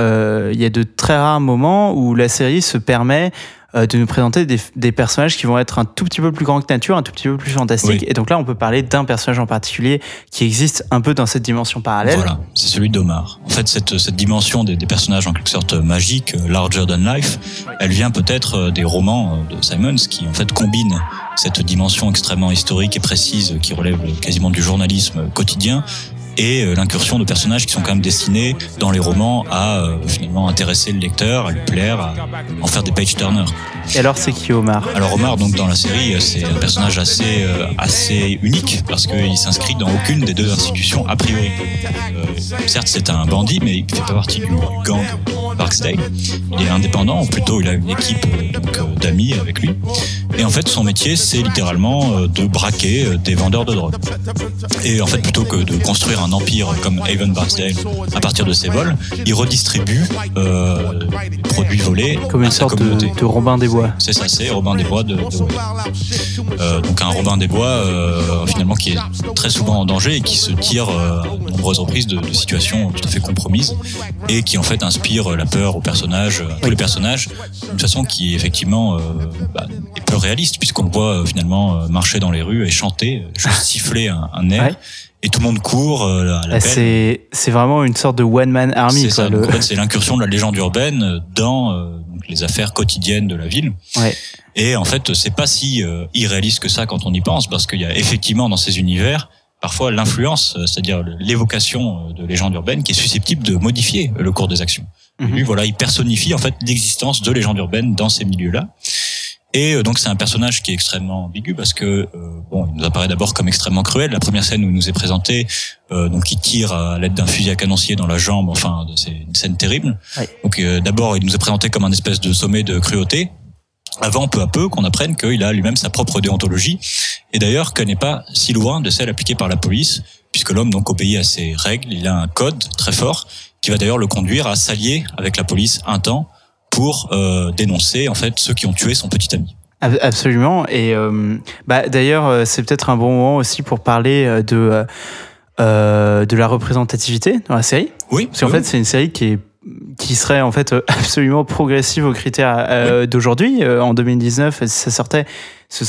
moments où la série se permet de nous présenter des personnages qui vont être un tout petit peu plus grands que nature, un tout petit peu plus fantastiques. Oui. Et donc là, on peut parler d'un personnage en particulier qui existe un peu dans cette dimension parallèle. Voilà, c'est celui d'Omar. En fait, cette dimension des personnages en quelque sorte magiques, larger than life, elle vient peut-être des romans de Simons qui en fait combinent cette dimension extrêmement historique et précise qui relève quasiment du journalisme quotidien et l'incursion de personnages qui sont quand même destinés dans les romans à finalement intéresser le lecteur, à lui plaire, à en faire des page-turners. Et alors c'est qui Omar ? Alors Omar, donc dans la série, c'est un personnage assez unique parce qu'il s'inscrit dans aucune des deux institutions a priori. Certes, c'est un bandit, mais il ne fait pas partie du gang Barksdale. Il est indépendant, ou plutôt il a une équipe d'amis avec lui. Et en fait, son métier, c'est littéralement de braquer des vendeurs de drogue. Et en fait, plutôt que de construire un empire comme Haven Barksdale à partir de ses vols, il redistribue produits volés comme une sorte de Robin des Bois. C'est ça, c'est Robin des Bois donc un Robin des Bois finalement qui est très souvent en danger et qui se tire à de nombreuses reprises de situations tout à fait compromises et qui en fait inspire la peur aux personnages, à tous les personnages, d'une façon qui effectivement est peu réaliste puisqu'on le voit finalement marcher dans les rues et chanter, juste siffler un air. Ouais. Et tout le monde court à l'appel. C'est vraiment une sorte de one-man army. C'est ça. En fait, c'est l'incursion de la légende urbaine dans les affaires quotidiennes de la ville. Ouais. Et en fait, c'est pas si irréaliste que ça quand on y pense, parce qu'il y a effectivement dans ces univers parfois l'influence, c'est-à-dire l'évocation de légendes urbaines qui est susceptible de modifier le cours des actions. Mm-hmm. Lui, voilà, il personnifie en fait l'existence de légendes urbaines dans ces milieux-là. Et donc c'est un personnage qui est extrêmement ambigu parce que il nous apparaît d'abord comme extrêmement cruel. La première scène où il nous est présenté, donc il tire à l'aide d'un fusil à canoncier dans la jambe. Enfin, c'est une scène terrible. Ouais. Donc d'abord il nous est présenté comme un espèce de sommet de cruauté. Avant, peu à peu, qu'on apprenne qu'il a lui-même sa propre déontologie et d'ailleurs qu'elle n'est pas si loin de celle appliquée par la police, puisque l'homme donc obéit à ses règles. Il a un code très fort qui va d'ailleurs le conduire à s'allier avec la police un temps pour dénoncer en fait ceux qui ont tué son petit ami. Absolument. Et d'ailleurs, c'est peut-être un bon moment aussi pour parler de la représentativité dans la série. Oui. Parce qu'en fait, c'est une série qui serait en fait absolument progressive aux critères d'aujourd'hui. En 2019, si ça sortait, ce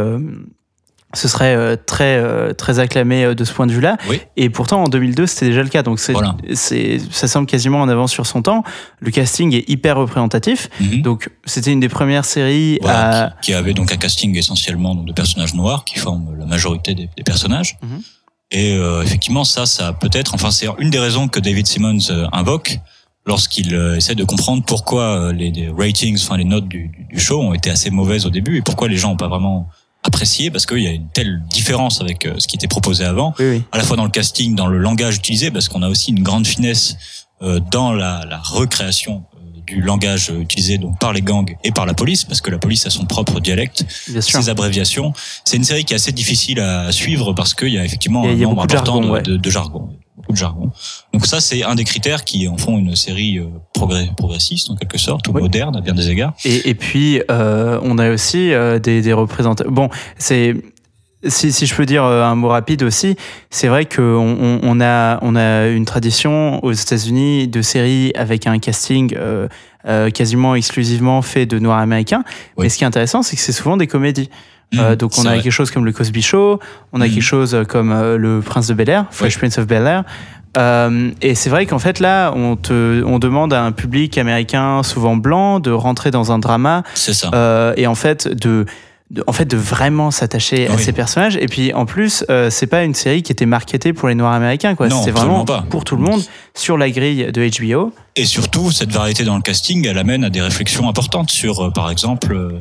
serait très acclamé de ce point de vue-là. Oui. Et pourtant, en 2002, c'était déjà le cas. Donc, ça semble quasiment en avance sur son temps. Le casting est hyper représentatif. Mm-hmm. Donc, c'était une des premières séries qui avait donc un casting essentiellement de personnages noirs qui forment la majorité des personnages. Mm-hmm. Et effectivement, ça peut-être... Enfin, c'est une des raisons que David Simmons invoque lorsqu'il essaie de comprendre pourquoi les ratings, enfin les notes du show ont été assez mauvaises au début et pourquoi les gens n'ont pas vraiment apprécié, parce qu'il y a une telle différence avec ce qui était proposé avant, oui. À la fois dans le casting, dans le langage utilisé, parce qu'on a aussi une grande finesse dans la recréation du langage utilisé donc par les gangs et par la police, parce que la police a son propre dialecte, ses abréviations. C'est une série qui est assez difficile à suivre parce qu'il y a effectivement un nombre important de jargon. Beaucoup de jargon. Donc ça, c'est un des critères qui en font une série progressiste en quelque sorte, ou moderne à bien des égards. Et puis on a aussi des représentants. Bon, c'est si je peux dire un mot rapide aussi, c'est vrai que on a une tradition aux États-Unis de séries avec un casting quasiment exclusivement fait de Noirs américains. Oui. Mais ce qui est intéressant, c'est que c'est souvent des comédies. Donc on a quelque chose comme le Cosby Show, on a quelque chose comme le Prince de Bel-Air, Fresh Prince of Bel-Air. Et c'est vrai qu'en fait là, on demande à un public américain souvent blanc de rentrer dans un drama. C'est ça. Et en fait de vraiment s'attacher à ces personnages. Et puis en plus, c'est pas une série qui était marketée pour les Noirs américains, quoi. Non, c'est vraiment pour tout le monde sur la grille de HBO. Et surtout, cette variété dans le casting, elle amène à des réflexions importantes sur, par exemple,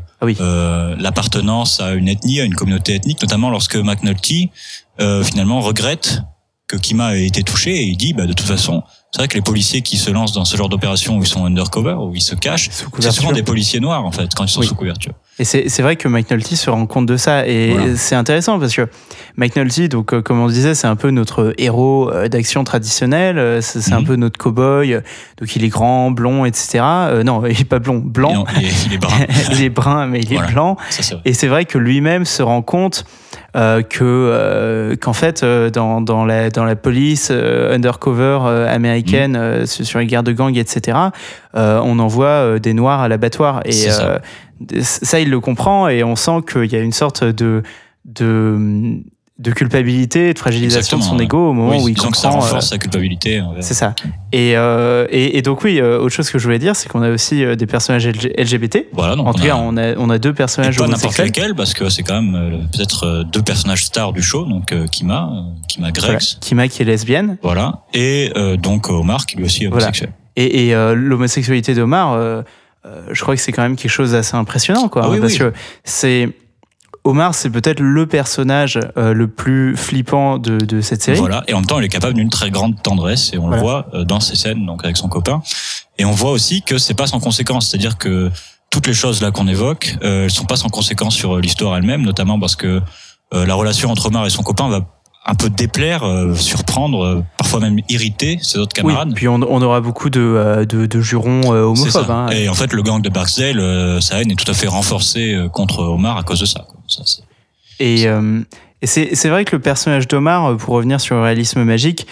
l'appartenance à une ethnie, à une communauté ethnique, notamment lorsque McNulty finalement regrette que Kima a été touché et il dit de toute façon, c'est vrai que les policiers qui se lancent dans ce genre d'opération où ils sont undercover, où ils se cachent, c'est souvent des policiers noirs en fait quand ils sont sous couverture. Et c'est vrai que McNulty se rend compte de ça et c'est intéressant parce que McNulty, donc comme on disait, c'est un peu notre héros d'action traditionnel, c'est un peu notre cow-boy, donc il est grand, blond, etc. Non, il est pas blond, blanc. Non, il est brun. Il est brun, mais il est blanc. Ça, c'est vrai. Et c'est vrai que lui-même se rend compte qu'en fait dans la police undercover américaine sur les guerres de gangs, etc. On envoie des noirs à l'abattoir et ça il le comprend et on sent qu'il y a une sorte de culpabilité, de fragilisation de son ego au moment où il comprend. Que ça renforce sa culpabilité. C'est ça. Et donc oui, autre chose que je voulais dire, c'est qu'on a aussi des personnages LGBT. Voilà, donc en tout cas, on a deux personnages homosexuels. Pas n'importe lesquels, parce que c'est quand même peut-être deux personnages stars du show, donc Kima Grex. Voilà. Kima qui est lesbienne. Voilà. Et donc Omar qui lui aussi est homosexuel. Voilà. Et l'homosexualité d'Omar, je crois que c'est quand même quelque chose d'assez impressionnant, quoi. Parce que Omar, c'est peut-être le personnage le plus flippant de cette série. Voilà, et en même temps, il est capable d'une très grande tendresse, et on le voit dans ces scènes, donc avec son copain. Et on voit aussi que c'est pas sans conséquence, c'est-à-dire que toutes les choses là qu'on évoque, elles sont pas sans conséquence sur l'histoire elle-même, notamment parce que la relation entre Omar et son copain va un peu déplaire, surprendre, parfois même irriter ses autres camarades. Oui, puis on aura beaucoup de jurons homophobes. Hein. Et en fait, le gang de Barksdale, sa haine est tout à fait renforcée contre Omar à cause de ça. Et c'est vrai que le personnage d'Omar, pour revenir sur le réalisme magique,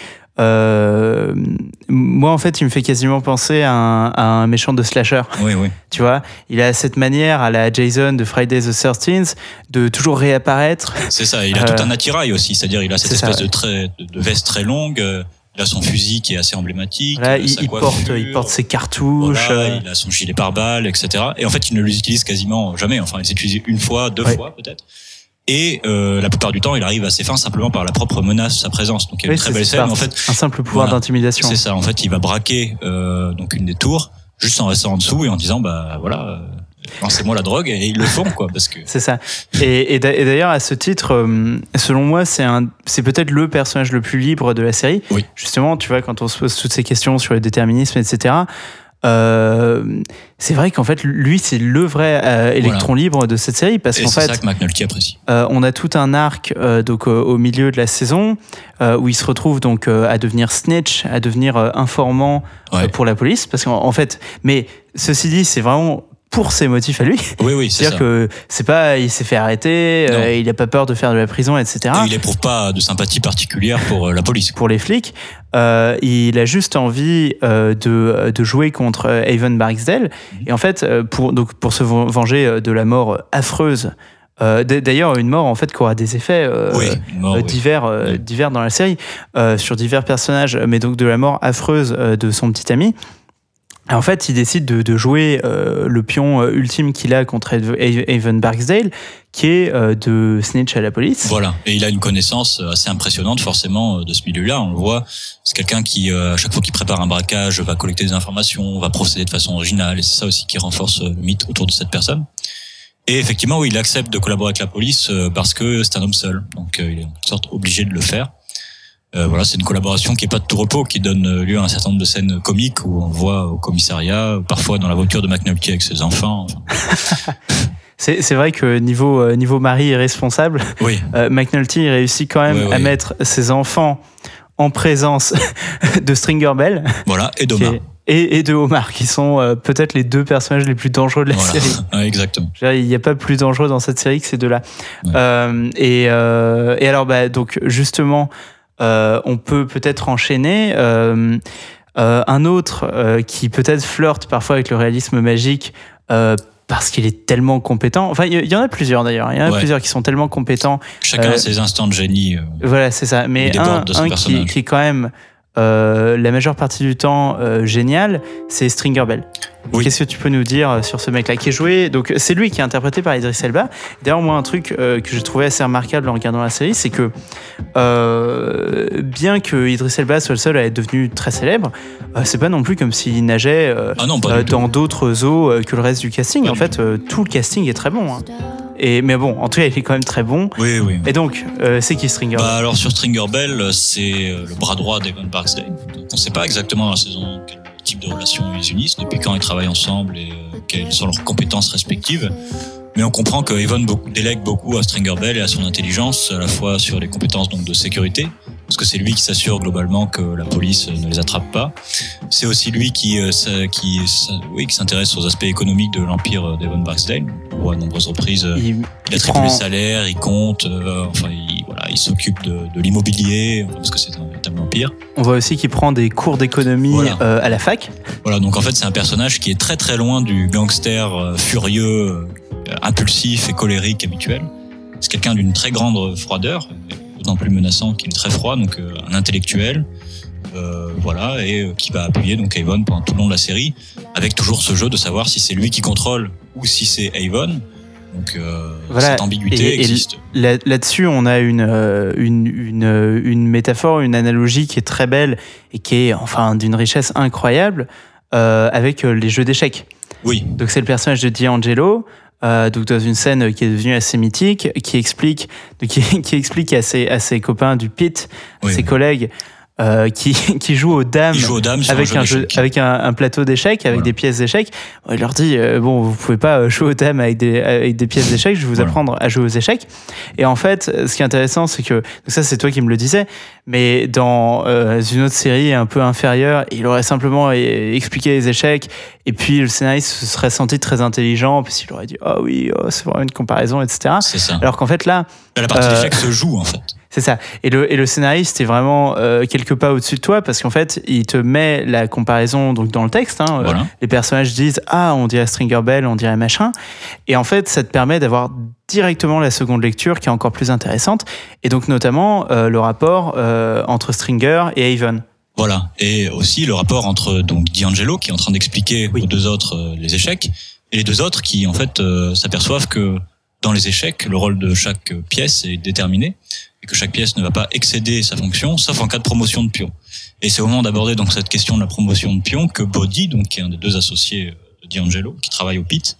moi en fait il me fait quasiment penser à un méchant de slasher. Oui. Tu vois, il a cette manière à la Jason de Friday the 13th de toujours réapparaître. C'est ça, il a tout un attirail aussi, c'est-à-dire il a cette espèce de veste très longue, il a son fusil qui est assez emblématique, voilà, il porte ses cartouches, voilà, il a son gilet pare-balles, etc. Et en fait il ne les utilise quasiment jamais, enfin il les utilise une fois, deux fois peut-être. Et la plupart du temps, il arrive à ses fins simplement par la propre menace de sa présence. Donc il y a une très belle scène. En fait, un simple pouvoir d'intimidation. C'est ça. En fait, il va braquer donc une des tours juste en restant en dessous et en disant lancez-moi la drogue, et ils le font quoi, parce que c'est ça. Et d'ailleurs à ce titre, selon moi, c'est peut-être le personnage le plus libre de la série. Oui. Justement, tu vois, quand on se pose toutes ces questions sur le déterminisme, etc. C'est vrai qu'en fait lui c'est le vrai électron libre de cette série, parce qu'en fait c'est ça que McNulty apprécie. On a tout un arc donc au milieu de la saison où il se retrouve donc à devenir snitch, à devenir informant pour la police, parce qu'en fait, mais ceci dit, c'est vraiment pour ses motifs à lui. Oui, c'est c'est-à-dire que c'est pas, il s'est fait arrêter, il a pas peur de faire de la prison, etc. Et il éprouve pas de sympathie particulière pour la police. Pour les flics. Il a juste envie de jouer contre Haven Barksdale. Et en fait, pour se venger de la mort affreuse. D'ailleurs, une mort en fait qui aura des effets divers dans la série, sur divers personnages, mais donc de la mort affreuse de son petit ami. Et en fait, il décide de jouer le pion ultime qu'il a contre Haven Barksdale, qui est de snitch à la police. Voilà, et il a une connaissance assez impressionnante forcément de ce milieu-là, on le voit. C'est quelqu'un qui, à chaque fois qu'il prépare un braquage, va collecter des informations, va procéder de façon originale, et c'est ça aussi qui renforce le mythe autour de cette personne. Et effectivement, oui, il accepte de collaborer avec la police parce que c'est un homme seul, donc il est en sorte obligé de le faire. Voilà, c'est une collaboration qui est pas de tout repos, qui donne lieu à un certain nombre de scènes comiques où on voit au commissariat, parfois dans la voiture de McNulty avec ses enfants. C'est vrai que niveau mari irresponsable, McNulty réussit quand même à mettre ses enfants en présence de Stringer Bell. Voilà, et d'Omar. Et de Omar, qui sont peut-être les deux personnages les plus dangereux de la série. Exactement. Il n'y a pas plus dangereux dans cette série que ces deux-là. Ouais. Et alors, donc justement, on peut-être enchaîner. Un autre qui peut-être flirte parfois avec le réalisme magique parce qu'il est tellement compétent. Enfin, il y en a plusieurs d'ailleurs. Il y en a plusieurs qui sont tellement compétents. Chacun a ses instants de génie. Voilà, c'est ça. Mais un qui est quand même la majeure partie du temps génial, c'est Stringer Bell. Qu'est-ce que tu peux nous dire sur ce mec-là qui est joué? Donc c'est lui qui est interprété par Idris Elba. D'ailleurs, moi, un truc que j'ai trouvé assez remarquable en regardant la série, c'est que bien que Idris Elba soit le seul à être devenu très célèbre, c'est pas non plus comme s'il nageait dans d'autres eaux que le reste du casting. En fait, tout le casting est très bon. Hein. Mais bon, en tout cas, il est quand même très bon. Oui. Et donc, c'est qui Stringer Bell? Alors sur Stringer Bell, c'est le bras droit d'Evan Barksdale. Donc, on ne sait pas exactement dans la saison quel type de relation ils unissent, depuis quand ils travaillent ensemble et quelles sont leurs compétences respectives. Mais on comprend que Evan délègue beaucoup à Stringer Bell et à son intelligence, à la fois sur les compétences donc de sécurité, parce que c'est lui qui s'assure globalement que la police ne les attrape pas. C'est aussi lui qui s'intéresse aux aspects économiques de l'empire d'Evan Barksdale. Où à de nombreuses reprises, il attribue les salaires, il compte, il s'occupe de l'immobilier, parce que c'est un véritable empire. On voit aussi qu'il prend des cours d'économie à la fac. Voilà, donc en fait c'est un personnage qui est très très loin du gangster furieux, impulsif et colérique habituel. C'est quelqu'un d'une très grande froideur, d'autant plus menaçant qu'il est très froid, donc un intellectuel, et qui va appuyer donc Avon pendant tout le long de la série, avec toujours ce jeu de savoir si c'est lui qui contrôle ou si c'est Avon. Donc cette ambiguïté existe. Et là-dessus, on a une métaphore, une analogie qui est très belle et qui est d'une richesse incroyable avec les jeux d'échecs. Oui. Donc c'est le personnage de D'Angelo. Donc dans une scène qui est devenue assez mythique, qui explique à ses copains du pit, ses collègues, qui jouent aux dames, avec un plateau d'échecs, avec des pièces d'échecs. Il leur dit vous pouvez pas jouer aux dames avec des pièces d'échecs, je vais vous apprendre à jouer aux échecs. Et en fait, ce qui est intéressant, c'est que, donc ça c'est toi qui me le disais, mais dans une autre série un peu inférieure, il aurait simplement expliqué les échecs, et puis le scénariste se serait senti très intelligent, puis il aurait dit c'est vraiment une comparaison, etc. C'est ça. Alors qu'en fait là, la partie d'échecs se joue en fait. C'est ça. Et le scénariste est vraiment quelques pas au-dessus de toi, parce qu'en fait, il te met la comparaison donc dans le texte. Les personnages disent on dirait Stringer Bell, on dirait machin. Et en fait, ça te permet d'avoir directement la seconde lecture qui est encore plus intéressante. Et donc notamment le rapport entre Stringer et Avon. Voilà. Et aussi le rapport entre donc D'Angelo qui est en train d'expliquer aux deux autres les échecs, et les deux autres qui en fait s'aperçoivent que dans les échecs, le rôle de chaque pièce est déterminé, et que chaque pièce ne va pas excéder sa fonction, sauf en cas de promotion de pion. Et c'est au moment d'aborder donc cette question de la promotion de pion que Bodhi, donc qui est un des deux associés de D'Angelo, qui travaille au pit,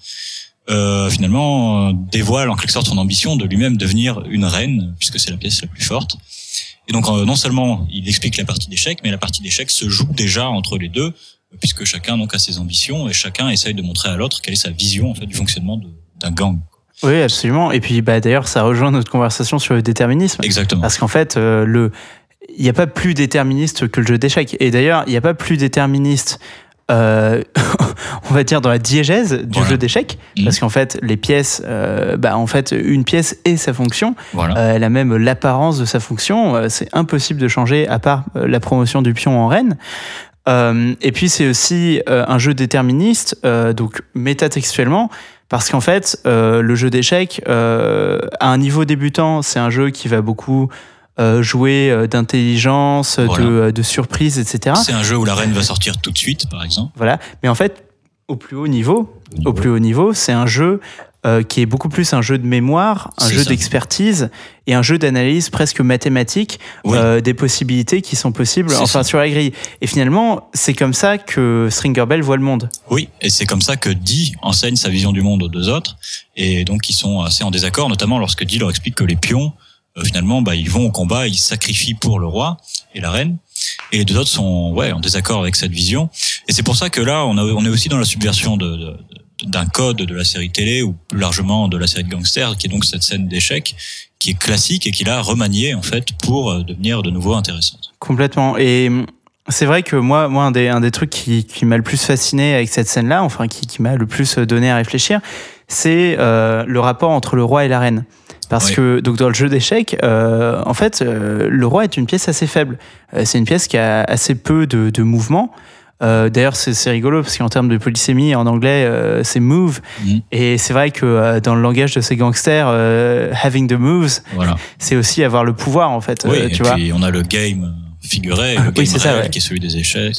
finalement dévoile en quelque sorte son ambition de lui-même devenir une reine, puisque c'est la pièce la plus forte. Et donc non seulement il explique la partie d'échecs, mais la partie d'échecs se joue déjà entre les deux, puisque chacun donc a ses ambitions et chacun essaye de montrer à l'autre quelle est sa vision en fait du fonctionnement d'un gang. Oui, absolument. Et puis d'ailleurs, ça rejoint notre conversation sur le déterminisme. Exactement. Parce qu'en fait, il n'y a pas plus déterministe que le jeu d'échecs. Et d'ailleurs, il n'y a pas plus déterministe, on va dire, dans la diégèse du jeu d'échecs. Parce qu'en fait, les pièces, une pièce est sa fonction. Elle a même l'apparence de sa fonction. C'est impossible de changer, à part la promotion du pion en reine. Et puis, c'est aussi un jeu déterministe, donc métatextuellement. Parce qu'en fait, le jeu d'échecs, à un niveau débutant, c'est un jeu qui va beaucoup jouer d'intelligence, de surprise, etc. C'est un jeu où la reine va sortir tout de suite, par exemple. Voilà. Mais en fait, au plus haut niveau, c'est un jeu qui est beaucoup plus un jeu de mémoire, un jeu d'expertise et un jeu d'analyse presque mathématique des possibilités qui sont possibles sur la grille. Et finalement, c'est comme ça que Stringer Bell voit le monde. Oui, et c'est comme ça que Dee enseigne sa vision du monde aux deux autres, et donc ils sont assez en désaccord, notamment lorsque Dee leur explique que les pions, finalement, ils vont au combat, ils sacrifient pour le roi et la reine, et les deux autres sont en désaccord avec cette vision. Et c'est pour ça que là, on est aussi dans la subversion d'un code de la série télé, ou plus largement de la série de gangsters, qui est donc cette scène d'échecs qui est classique et qu'il a remaniée en fait pour devenir de nouveau intéressante. Complètement. Et c'est vrai que moi un des trucs qui m'a le plus fasciné avec cette scène-là, qui m'a le plus donné à réfléchir, c'est le rapport entre le roi et la reine. Parce que donc dans le jeu d'échecs, le roi est une pièce assez faible. C'est une pièce qui a assez peu de mouvement. D'ailleurs, c'est rigolo parce qu'en termes de polysémie, en anglais, c'est move. Et c'est vrai que dans le langage de ces gangsters, having the moves, c'est aussi avoir le pouvoir, en fait. Oui, puis on a le game figuré, le game réel, qui est celui des échecs.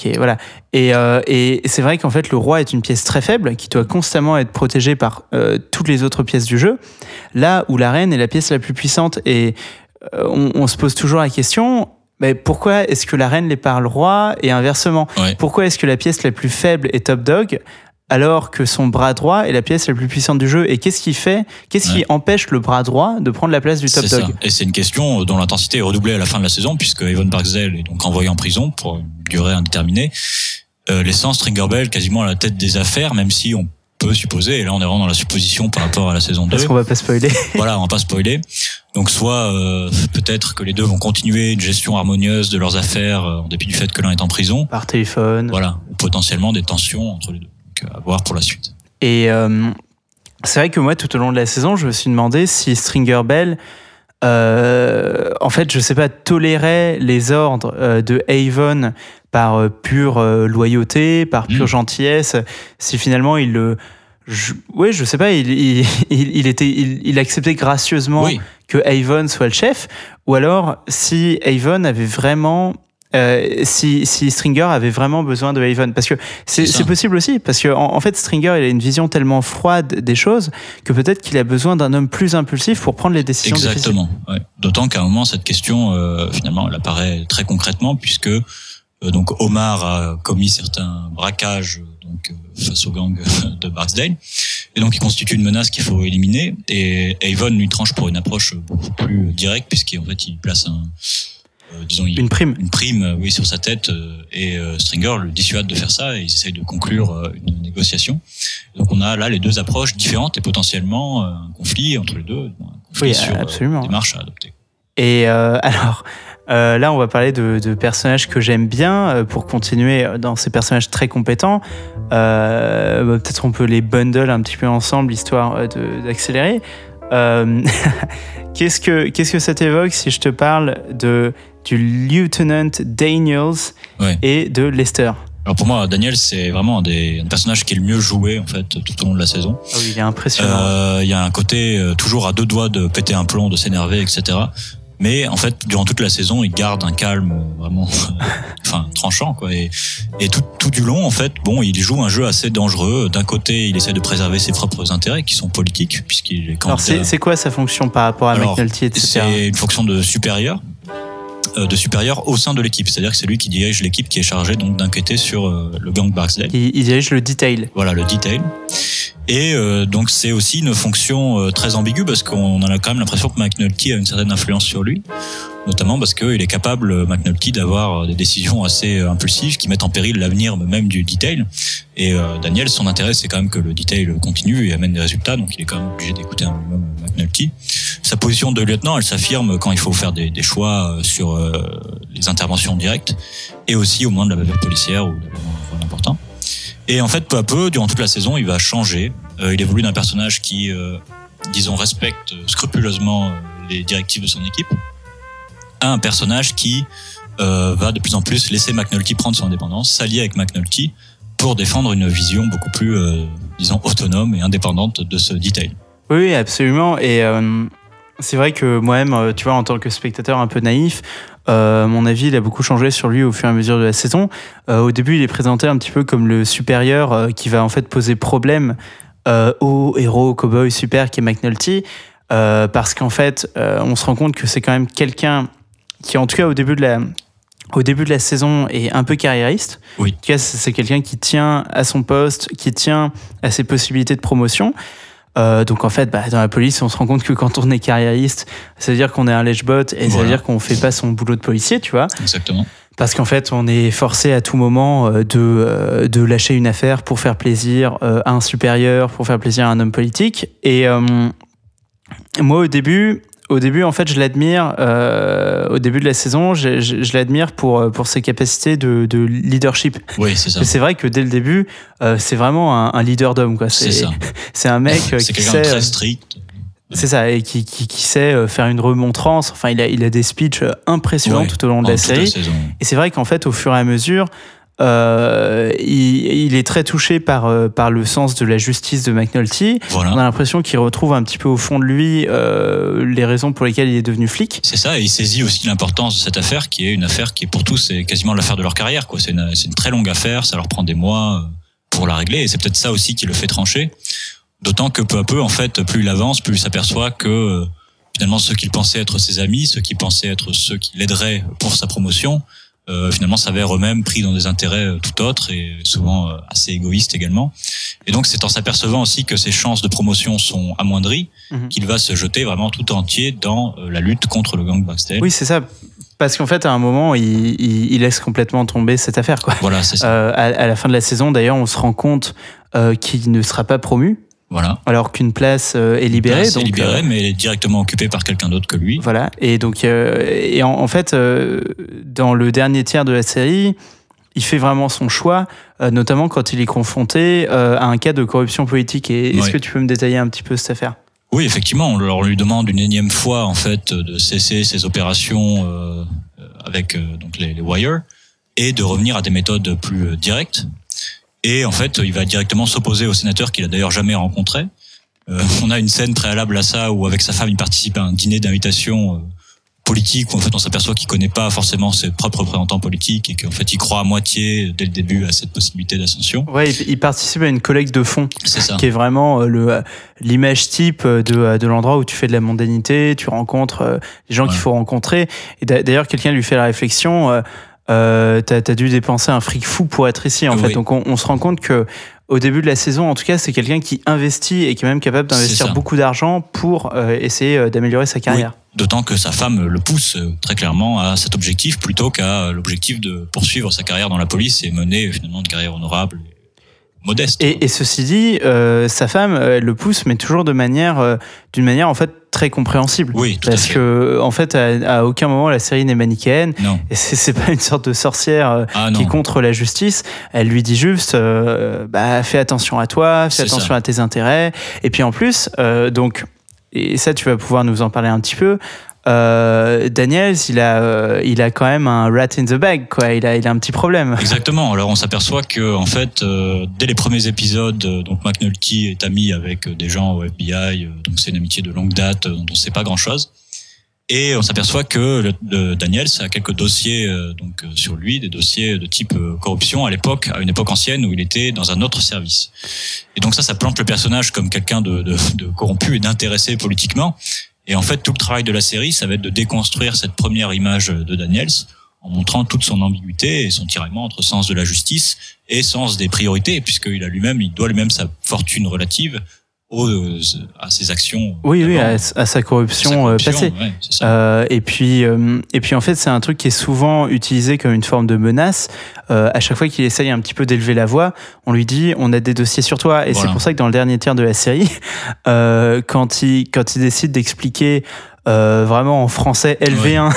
Et c'est vrai qu'en fait, le roi est une pièce très faible qui doit constamment être protégée par toutes les autres pièces du jeu, là où la reine est la pièce la plus puissante. Et on se pose toujours la question... Mais pourquoi est-ce que la reine l'est par le roi et inversement ? Pourquoi est-ce que la pièce la plus faible est top dog alors que son bras droit est la pièce la plus puissante du jeu. Et qu'est-ce qui empêche le bras droit de prendre la place du top dog ? Et c'est une question dont l'intensité est redoublée à la fin de la saison, puisque Evan Barksdale est donc envoyé en prison pour une durée indéterminée, laissant Stringer Bell quasiment à la tête des affaires, même si on peut supposer, et là on est vraiment dans la supposition par rapport à la saison 2. Parce qu'on va pas spoiler. Voilà, on va pas spoiler. Donc soit peut-être que les deux vont continuer une gestion harmonieuse de leurs affaires en dépit du fait que l'un est en prison. Par téléphone. Voilà, potentiellement des tensions entre les deux. Donc à voir pour la suite. Et c'est vrai que moi, tout au long de la saison, je me suis demandé si Stringer Bell, en fait, je sais pas, tolérait les ordres de Avon par pure loyauté, par pure gentillesse, si finalement je sais pas, il acceptait gracieusement que Avon soit le chef, ou alors si Avon avait vraiment si Stringer avait vraiment besoin de Avon, parce que c'est possible aussi, parce que en fait Stringer il a une vision tellement froide des choses que peut-être qu'il a besoin d'un homme plus impulsif pour prendre les décisions difficiles. Exactement. Ouais. D'autant qu'à un moment cette question finalement elle apparaît très concrètement, puisque donc Omar a commis certains braquages face au gang de Barksdale, et donc il constitue une menace qu'il faut éliminer, et Avon lui tranche pour une approche beaucoup plus directe, puisqu'en fait il place une prime sur sa tête, et Stringer le dissuade de faire ça, et ils essayent de conclure une négociation. Donc on a là les deux approches différentes et potentiellement un conflit entre les deux, un conflit sur des marches à adopter. Et alors là on va parler de personnages que j'aime bien pour continuer dans ces personnages très compétents. Peut-être on peut les bundle un petit peu ensemble histoire d'accélérer. Qu'est-ce que ça t'évoque si je te parle du Lieutenant Daniels et de Lester? Alors pour moi, Daniel, c'est vraiment un personnage qui est le mieux joué en fait tout au long de la saison. Ah oui, il est impressionnant. Il y a un côté toujours à deux doigts de péter un plomb, de s'énerver, etc. Mais en fait, durant toute la saison, il garde un calme vraiment, tranchant, quoi. Et tout du long, en fait, il joue un jeu assez dangereux. D'un côté, il essaie de préserver ses propres intérêts, qui sont politiques, puisqu'il est candidat. Alors, c'est quoi sa fonction par rapport à McNulty, etc. C'est une fonction de supérieur au sein de l'équipe. C'est-à-dire que c'est lui qui dirige l'équipe qui est chargée donc d'enquêter sur le gang Barksdale. Il dirige le detail. Voilà, le detail. Et donc c'est aussi une fonction très ambiguë, parce qu'on a quand même l'impression que McNulty a une certaine influence sur lui, notamment parce qu'il est capable, McNulty, d'avoir des décisions assez impulsives qui mettent en péril l'avenir même du detail. Et Daniel, son intérêt, c'est quand même que le detail continue et amène des résultats, donc il est quand même obligé d'écouter un minimum McNulty. Sa position de lieutenant, elle s'affirme quand il faut faire des choix sur les interventions directes, et aussi au moment de la bavure policière ou d'un rôle important. Et en fait, peu à peu, durant toute la saison, il va changer. Il évolue d'un personnage qui, respecte scrupuleusement les directives de son équipe, à un personnage qui va de plus en plus laisser McNulty prendre son indépendance, s'allier avec McNulty pour défendre une vision beaucoup plus, autonome et indépendante de ce detail. Oui, absolument. Et c'est vrai que moi-même, tu vois, en tant que spectateur un peu naïf, mon avis, il a beaucoup changé sur lui au fur et à mesure de la saison. Au début, il est présenté un petit peu comme le supérieur qui va en fait poser problème au héros, au cowboy super qui est McNulty, parce qu'en fait, on se rend compte que c'est quand même quelqu'un qui, en tout cas au début de la saison, est un peu carriériste. Oui. En tout cas, c'est quelqu'un qui tient à son poste, qui tient à ses possibilités de promotion. Donc en fait, dans la police, on se rend compte que quand on est carriériste, ça veut dire qu'on est un lèche-bot, et ça veut dire qu'on fait pas son boulot de policier, tu vois. Exactement. Parce qu'en fait, on est forcé à tout moment de lâcher une affaire pour faire plaisir à un supérieur, pour faire plaisir à un homme politique. Et moi, au début, en fait, je l'admire. Au début de la saison, je l'admire pour ses capacités de leadership. Oui, c'est ça. C'est vrai que dès le début, c'est vraiment un leader d'homme, quoi. C'est ça. C'est un mec c'est qui quelqu'un sait, de très strict. C'est ça, et qui sait faire une remontrance. Enfin, il a des speeches impressionnants tout au long de la série. Et c'est vrai qu'en fait, au fur et à mesure, il est très touché par le sens de la justice de McNulty. Voilà. On a l'impression qu'il retrouve un petit peu au fond de lui les raisons pour lesquelles il est devenu flic. C'est ça, et il saisit aussi l'importance de cette affaire, qui est une affaire qui, pour tous, c'est quasiment l'affaire de leur carrière, quoi. C'est une très longue affaire, ça leur prend des mois pour la régler, et c'est peut-être ça aussi qui le fait trancher. D'autant que peu à peu, en fait, plus il avance, plus il s'aperçoit que finalement ceux qu'il pensait être ses amis, ceux qui pensaient être ceux qui l'aideraient pour sa promotion, finalement s'avèrent eux-mêmes pris dans des intérêts tout autres et souvent assez égoïstes également. Et donc c'est en s'apercevant aussi que ses chances de promotion sont amoindries qu'il va se jeter vraiment tout entier dans la lutte contre le gang Barksdale. Oui, c'est ça. Parce qu'en fait, à un moment, il laisse complètement tomber cette affaire, quoi. Voilà, c'est ça. À la fin de la saison, d'ailleurs, on se rend compte qu'il ne sera pas promu. Voilà. Alors qu'une place est libérée. Place est libérée, mais elle est directement occupée par quelqu'un d'autre que lui. Voilà. Et donc, en fait, dans le dernier tiers de la série, il fait vraiment son choix, notamment quand il est confronté à un cas de corruption politique. Et est-ce que tu peux me détailler un petit peu cette affaire ? Oui, effectivement, on lui demande une énième fois en fait de cesser ses opérations avec donc les wires et de revenir à des méthodes plus directes. Et en fait, il va directement s'opposer au sénateur qu'il a d'ailleurs jamais rencontré. On a une scène préalable à ça où avec sa femme, il participe à un dîner d'invitation politique où en fait on s'aperçoit qu'il connaît pas forcément ses propres représentants politiques et qu'en fait il croit à moitié dès le début à cette possibilité d'ascension. Ouais, il participe à une collecte de fonds, c'est ça, qui est vraiment l'image type de l'endroit où tu fais de la mondanité, tu rencontres les gens qu'il faut rencontrer. Et d'ailleurs, quelqu'un lui fait la réflexion. T'as dû dépenser un fric fou pour être ici en fait. Donc on se rend compte que au début de la saison, en tout cas, c'est quelqu'un qui investit et qui est même capable d'investir beaucoup d'argent pour essayer d'améliorer sa carrière. Oui. D'autant que sa femme le pousse très clairement à cet objectif plutôt qu'à l'objectif de poursuivre sa carrière dans la police et mener finalement une carrière honorable et modeste. Et ceci dit, sa femme, elle le pousse, mais toujours d'une manière en fait très compréhensible. Oui, tout à fait. Parce que en fait, à aucun moment la série n'est manichéenne. Non. Et c'est pas une sorte de sorcière qui est contre la justice. Elle lui dit juste, fais attention à toi, fais attention à tes intérêts. Et puis en plus, donc, et ça tu vas pouvoir nous en parler un petit peu. Daniels, il a quand même un rat in the bag, quoi. Il a un petit problème. Exactement. Alors on s'aperçoit que en fait, dès les premiers épisodes, donc McNulty est ami avec des gens au FBI, donc c'est une amitié de longue date dont on sait pas grand-chose. Et on s'aperçoit que Daniels a quelques dossiers sur lui, des dossiers de type corruption à une époque ancienne où il était dans un autre service. Et donc ça plante le personnage comme quelqu'un de corrompu et d'intéressé politiquement. Et en fait, tout le travail de la série, ça va être de déconstruire cette première image de Daniels en montrant toute son ambiguïté et son tiraillement entre sens de la justice et sens des priorités, puisqu'il doit lui-même sa fortune relative à ses actions. Oui, à sa corruption passée. Ouais, c'est ça. Et puis en fait, c'est un truc qui est souvent utilisé comme une forme de menace. À chaque fois qu'il essaye un petit peu d'élever la voix, on lui dit on a des dossiers sur toi. Et c'est pour ça que dans le dernier tiers de la série, quand il décide d'expliquer vraiment en français LV1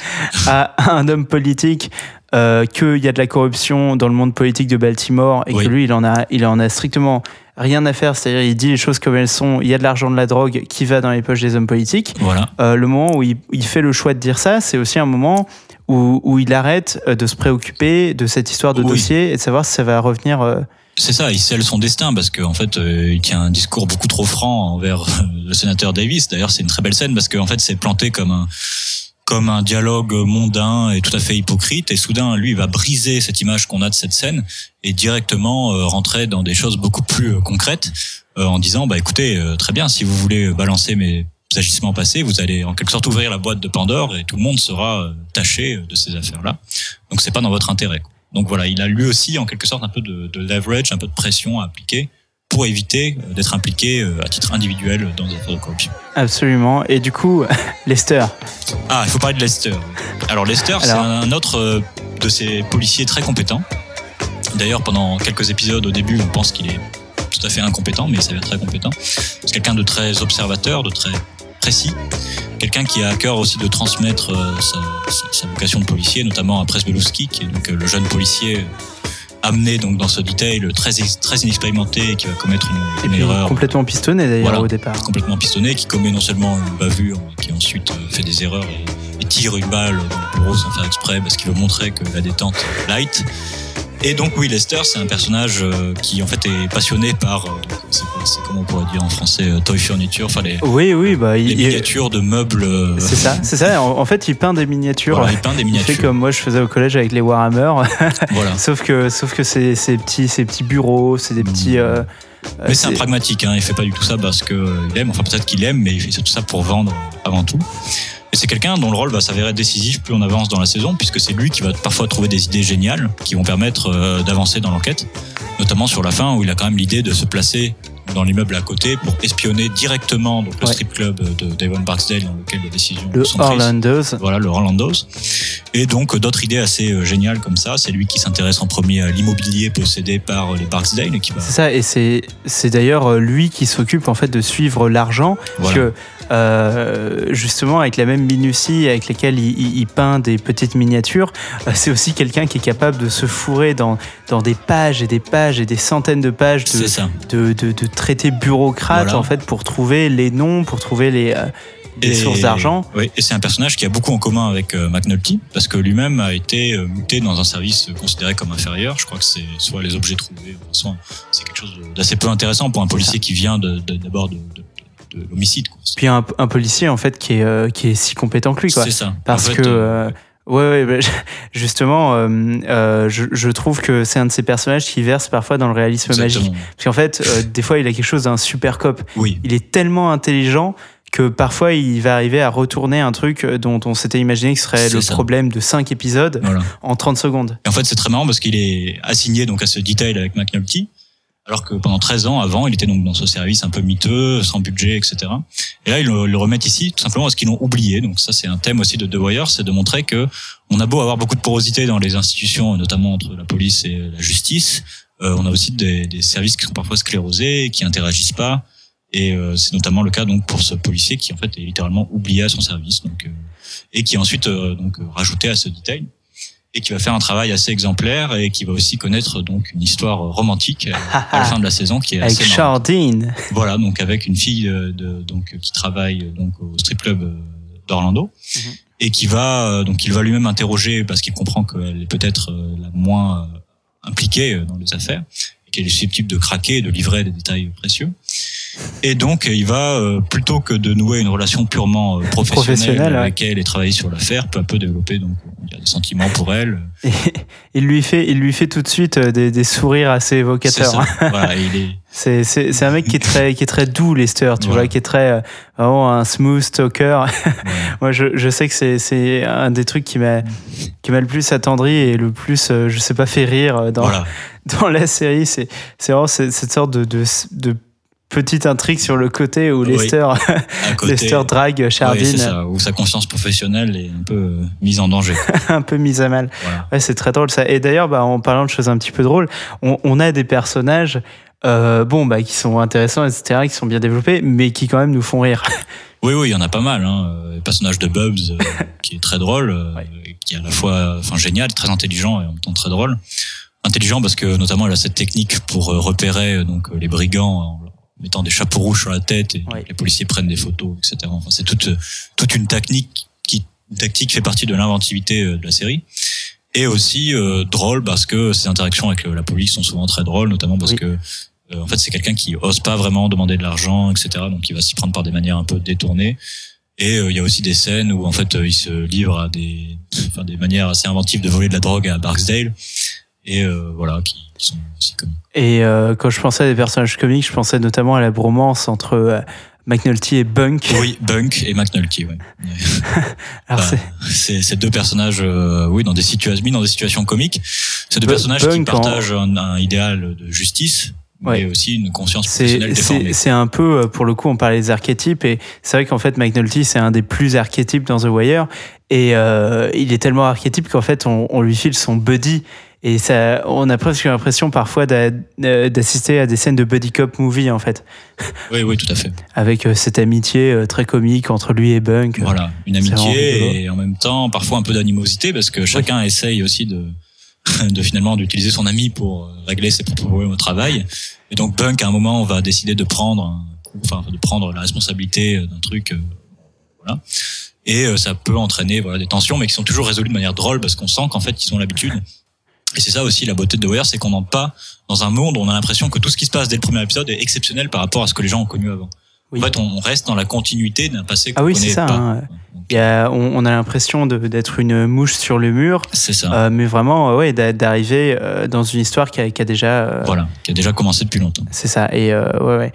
à un homme politique qu'il y a de la corruption dans le monde politique de Baltimore et que lui il en a strictement rien à faire, c'est-à-dire il dit les choses comme elles sont, il y a de l'argent, de la drogue qui va dans les poches des hommes politiques. Voilà. Le moment où il fait le choix de dire ça, c'est aussi un moment où il arrête de se préoccuper de cette histoire de dossier et de savoir si ça va revenir... C'est ça, il scelle son destin parce qu'en fait, il tient un discours beaucoup trop franc envers le sénateur Davis. D'ailleurs, c'est une très belle scène parce qu'en fait, c'est planté comme un dialogue mondain et tout à fait hypocrite. Et soudain, lui, il va briser cette image qu'on a de cette scène et directement rentrer dans des choses beaucoup plus concrètes en disant, écoutez, très bien, si vous voulez balancer mes agissements passés, vous allez en quelque sorte ouvrir la boîte de Pandore et tout le monde sera taché de ces affaires-là. Donc, c'est pas dans votre intérêt, quoi. Donc voilà, il a lui aussi en quelque sorte un peu de leverage, un peu de pression à appliquer pour éviter d'être impliqué à titre individuel dans des affaires de corruption. Absolument. Et du coup, Lester. Ah, il faut parler de Lester. Alors Lester, c'est un autre de ces policiers très compétents. D'ailleurs, pendant quelques épisodes au début, on pense qu'il est tout à fait incompétent, mais il s'avère très compétent. C'est quelqu'un de très observateur, de très précis. Quelqu'un qui a à cœur aussi de transmettre sa vocation de policier, notamment à Przebylowski, qui est donc le jeune policier amené donc dans ce detail très inexpérimenté et qui va commettre une erreur. Complètement pistonné d'ailleurs au départ. Complètement pistonné, qui commet non seulement une bavure, mais qui ensuite fait des erreurs et tire une balle dans le bureau sans faire exprès parce qu'il veut montrer que la détente est light. Et donc oui, Lester, c'est un personnage qui en fait est passionné par c'est comment on pourrait dire en français, toy furniture, enfin les miniatures de meubles. C'est ça. En fait, il peint des miniatures. Voilà, il peint des miniatures. Il fait comme moi je faisais au collège avec les Warhammer. Voilà. sauf que c'est ces petits bureaux, c'est des petits. Mais c'est un pragmatique, hein. Il fait pas du tout ça parce que il aime. Enfin peut-être qu'il aime, mais il fait tout ça pour vendre avant tout. Et c'est quelqu'un dont le rôle va s'avérer décisif plus on avance dans la saison, puisque c'est lui qui va parfois trouver des idées géniales qui vont permettre d'avancer dans l'enquête, notamment sur la fin où il a quand même l'idée de se placer dans l'immeuble à côté pour espionner directement donc, le strip club de Devon Barksdale dans lequel les décisions sont prises. Orlando's. Voilà, le Orlando's. Et donc d'autres idées assez géniales comme ça. C'est lui qui s'intéresse en premier à l'immobilier possédé par les Barksdale. Et qui va... C'est ça, et c'est d'ailleurs lui qui s'occupe en fait de suivre l'argent, voilà. Que justement avec la même minutie avec laquelle il peint des petites miniatures, c'est aussi quelqu'un qui est capable de se fourrer dans des pages et des pages et des centaines de pages de traités bureaucrates, voilà. En fait, pour trouver les noms, pour trouver les sources d'argent. Oui, et c'est un personnage qui a beaucoup en commun avec McNulty, parce que lui-même a été muté dans un service considéré comme inférieur. Je crois que c'est soit les objets trouvés, soit c'est quelque chose d'assez peu intéressant pour un policier qui vient d'abord de l'homicide. Quoi. Puis un policier en fait qui est si compétent que lui, quoi. C'est ça. Parce en fait, que ouais, justement, je trouve que c'est un de ces personnages qui verse parfois dans le réalisme magique. Parce qu'en fait, des fois, il a quelque chose d'un super cop. Oui. Il est tellement intelligent que parfois, il va arriver à retourner un truc dont on s'était imaginé que ce serait le problème de 5 épisodes en 30 secondes. Et en fait, c'est très marrant parce qu'il est assigné donc à ce detail avec McNulty, alors que pendant 13 ans avant, il était donc dans ce service un peu miteux, sans budget, etc. Et là, ils le remettent ici, tout simplement parce qu'ils l'ont oublié. Donc ça, c'est un thème aussi de The Wire, c'est de montrer que on a beau avoir beaucoup de porosité dans les institutions, notamment entre la police et la justice, on a aussi des services qui sont parfois sclérosés, qui interagissent pas. Et c'est notamment le cas donc pour ce policier qui en fait est littéralement oublié à son service, donc et qui est ensuite donc rajouté à ce détail et qui va faire un travail assez exemplaire et qui va aussi connaître donc une histoire romantique à la fin de la saison qui est avec assez Chardine. Voilà, donc avec une fille donc qui travaille donc au strip club d'Orlando et qui va donc il va lui-même interroger parce qu'il comprend qu'elle est peut-être la moins impliquée dans les affaires et qu'elle est susceptible de craquer et de livrer des détails précieux. Et donc, il va, plutôt que de nouer une relation purement professionnelle avec elle et travailler sur l'affaire, peu à peu développer donc, il y a des sentiments pour elle. Et il lui fait tout de suite des sourires assez évocateurs. C'est ça. Voilà, c'est un mec qui est très doux, Lester, tu vois, qui est très vraiment un smooth talker. Moi, je sais que c'est un des trucs qui m'a le plus attendri et le plus, je sais pas, fait rire dans la série. C'est vraiment cette sorte de petite intrigue sur le côté où Lester drague Chardine. Oui, c'est ça, où sa conscience professionnelle est un peu mise en danger. Un peu mise à mal. Voilà. Ouais, c'est très drôle ça. Et d'ailleurs, en parlant de choses un petit peu drôles, on a des personnages qui sont intéressants, etc., qui sont bien développés, mais qui quand même nous font rire. Oui, il y en a pas mal. Le personnage de Bubs, qui est très drôle, qui est à la fois génial, très intelligent et en même temps très drôle. Intelligent parce que notamment elle a cette technique pour repérer donc les brigands mettant des chapeaux rouges sur la tête et les policiers prennent des photos, etc. Enfin, c'est toute une tactique qui fait partie de l'inventivité de la série. Et aussi drôle parce que ses interactions avec la police sont souvent très drôles, notamment parce que en fait c'est quelqu'un qui ose pas vraiment demander de l'argent, etc. Donc il va s'y prendre par des manières un peu détournées. Et il y a aussi des scènes où en fait il se livre à des manières assez inventives de voler de la drogue à Barksdale. Et qui sont aussi comiques. Et quand je pensais à des personnages comiques, je pensais notamment à la bromance entre McNulty et Bunk. Oui, Bunk et McNulty, oui. Alors c'est deux personnages, dans des situations comiques. C'est deux personnages qui partagent un idéal de justice, mais aussi une conscience professionnelle déformée. C'est un peu, pour le coup, on parlait des archétypes, et c'est vrai qu'en fait, McNulty, c'est un des plus archétypes dans The Wire, et il est tellement archétype qu'en fait, on lui file son buddy. Et ça, on a presque l'impression parfois d'assister à des scènes de buddy cop movie, en fait. Oui, tout à fait. Avec cette amitié très comique entre lui et Bunk. Voilà, une amitié et en même temps parfois un peu d'animosité parce que chacun essaye aussi de finalement d'utiliser son ami pour régler ses propres problèmes au travail. Et donc Bunk à un moment va décider de prendre la responsabilité d'un truc, voilà. Et ça peut entraîner des tensions, mais qui sont toujours résolues de manière drôle parce qu'on sent qu'en fait ils ont l'habitude. Et c'est ça aussi la beauté de The Wire, c'est qu'on n'entre pas dans un monde où on a l'impression que tout ce qui se passe dès le premier épisode est exceptionnel par rapport à ce que les gens ont connu avant. Oui. En fait, on reste dans la continuité d'un passé qu'on connaît pas. Hein. On a l'impression d'être une mouche sur le mur. C'est ça. Mais vraiment, d'arriver dans une histoire qui a déjà... qui a déjà commencé depuis longtemps. C'est ça. Et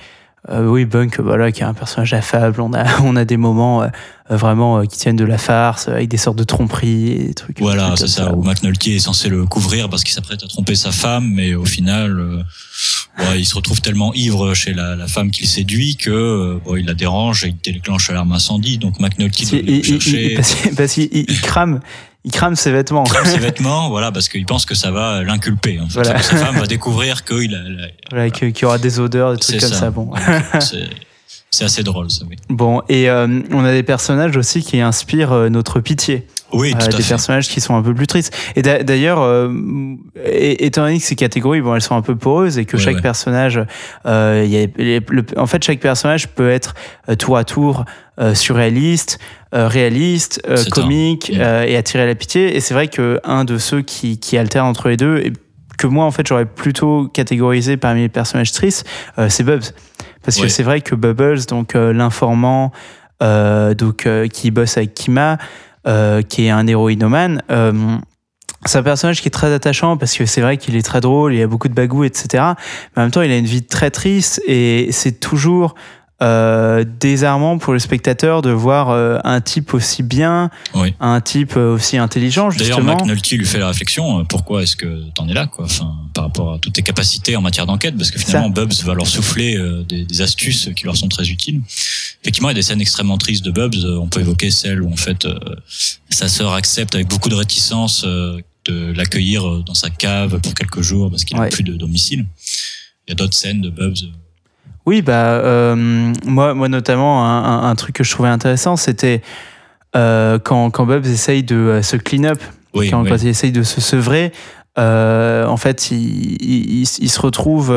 Oui, Bunk, voilà, qui est un personnage affable. On a des moments vraiment qui tiennent de la farce, avec des sortes de tromperies et des trucs. Voilà, c'est ça. Où McNulty est censé le couvrir parce qu'il s'apprête à tromper sa femme, mais au final, il se retrouve tellement ivre chez la femme qu'il séduit que il la dérange et il déclenche l'alarme incendie. Donc McNulty doit le chercher. Parce qu'il crame. Il crame ses vêtements. Il crame ses vêtements, voilà, parce qu'il pense que ça va l'inculper. En fait. Voilà. Sa femme va découvrir qu'il qu'il y aura des odeurs, des trucs comme ça. Bon. C'est assez drôle, ça, oui. Bon, et on a des personnages aussi qui inspirent notre pitié. Oui, tout à fait. Des personnages qui sont un peu plus tristes. Et d'ailleurs, étant donné que ces catégories, elles sont un peu poreuses et que chaque personnage, en fait, chaque personnage peut être tour à tour surréaliste, réaliste, comique et attirer la pitié. Et c'est vrai que un de ceux qui alternent entre les deux, et que moi, en fait, j'aurais plutôt catégorisé parmi les personnages tristes, c'est Bubbles. Parce que c'est vrai que Bubbles, donc l'informant, qui bosse avec Kima, qui est un héroïnomane, c'est un personnage qui est très attachant parce que c'est vrai qu'il est très drôle, il y a beaucoup de bagou, etc. Mais en même temps, il a une vie très triste et c'est toujours désarmant pour le spectateur de voir un type aussi bien, un type aussi intelligent, justement. D'ailleurs, McNulty lui fait la réflexion, pourquoi est-ce que t'en es là, quoi, par rapport à toutes tes capacités en matière d'enquête, parce que finalement, Bubs va leur souffler des astuces qui leur sont très utiles. Effectivement, il y a des scènes extrêmement tristes de Bubs. On peut évoquer celle où, en fait, sa sœur accepte avec beaucoup de réticence de l'accueillir dans sa cave pour quelques jours parce qu'il n'a plus de domicile. Il y a d'autres scènes de Bubs. Oui, moi notamment, un truc que je trouvais intéressant, c'était quand Bubs essaye de se clean up, quand il essaye de se sevrer. En fait, il se retrouve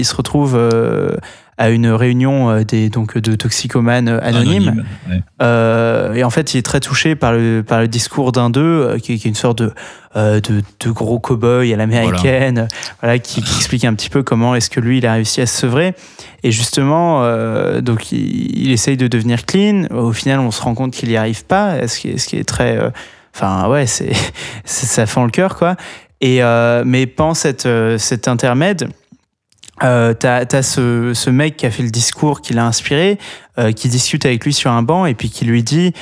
à une réunion de toxicomanes anonymes. Et en fait, il est très touché par le discours d'un d'eux, qui est une sorte de gros cow-boy à l'américaine, qui explique un petit peu comment est-ce que lui, il a réussi à se sevrer. Et justement, donc il essaye de devenir clean. Au final, on se rend compte qu'il n'y arrive pas, ce qui est très... ça fend le cœur, quoi. Mais pendant cet intermède, t'as ce mec qui a fait le discours, qui l'a inspiré, qui discute avec lui sur un banc et puis qui lui dit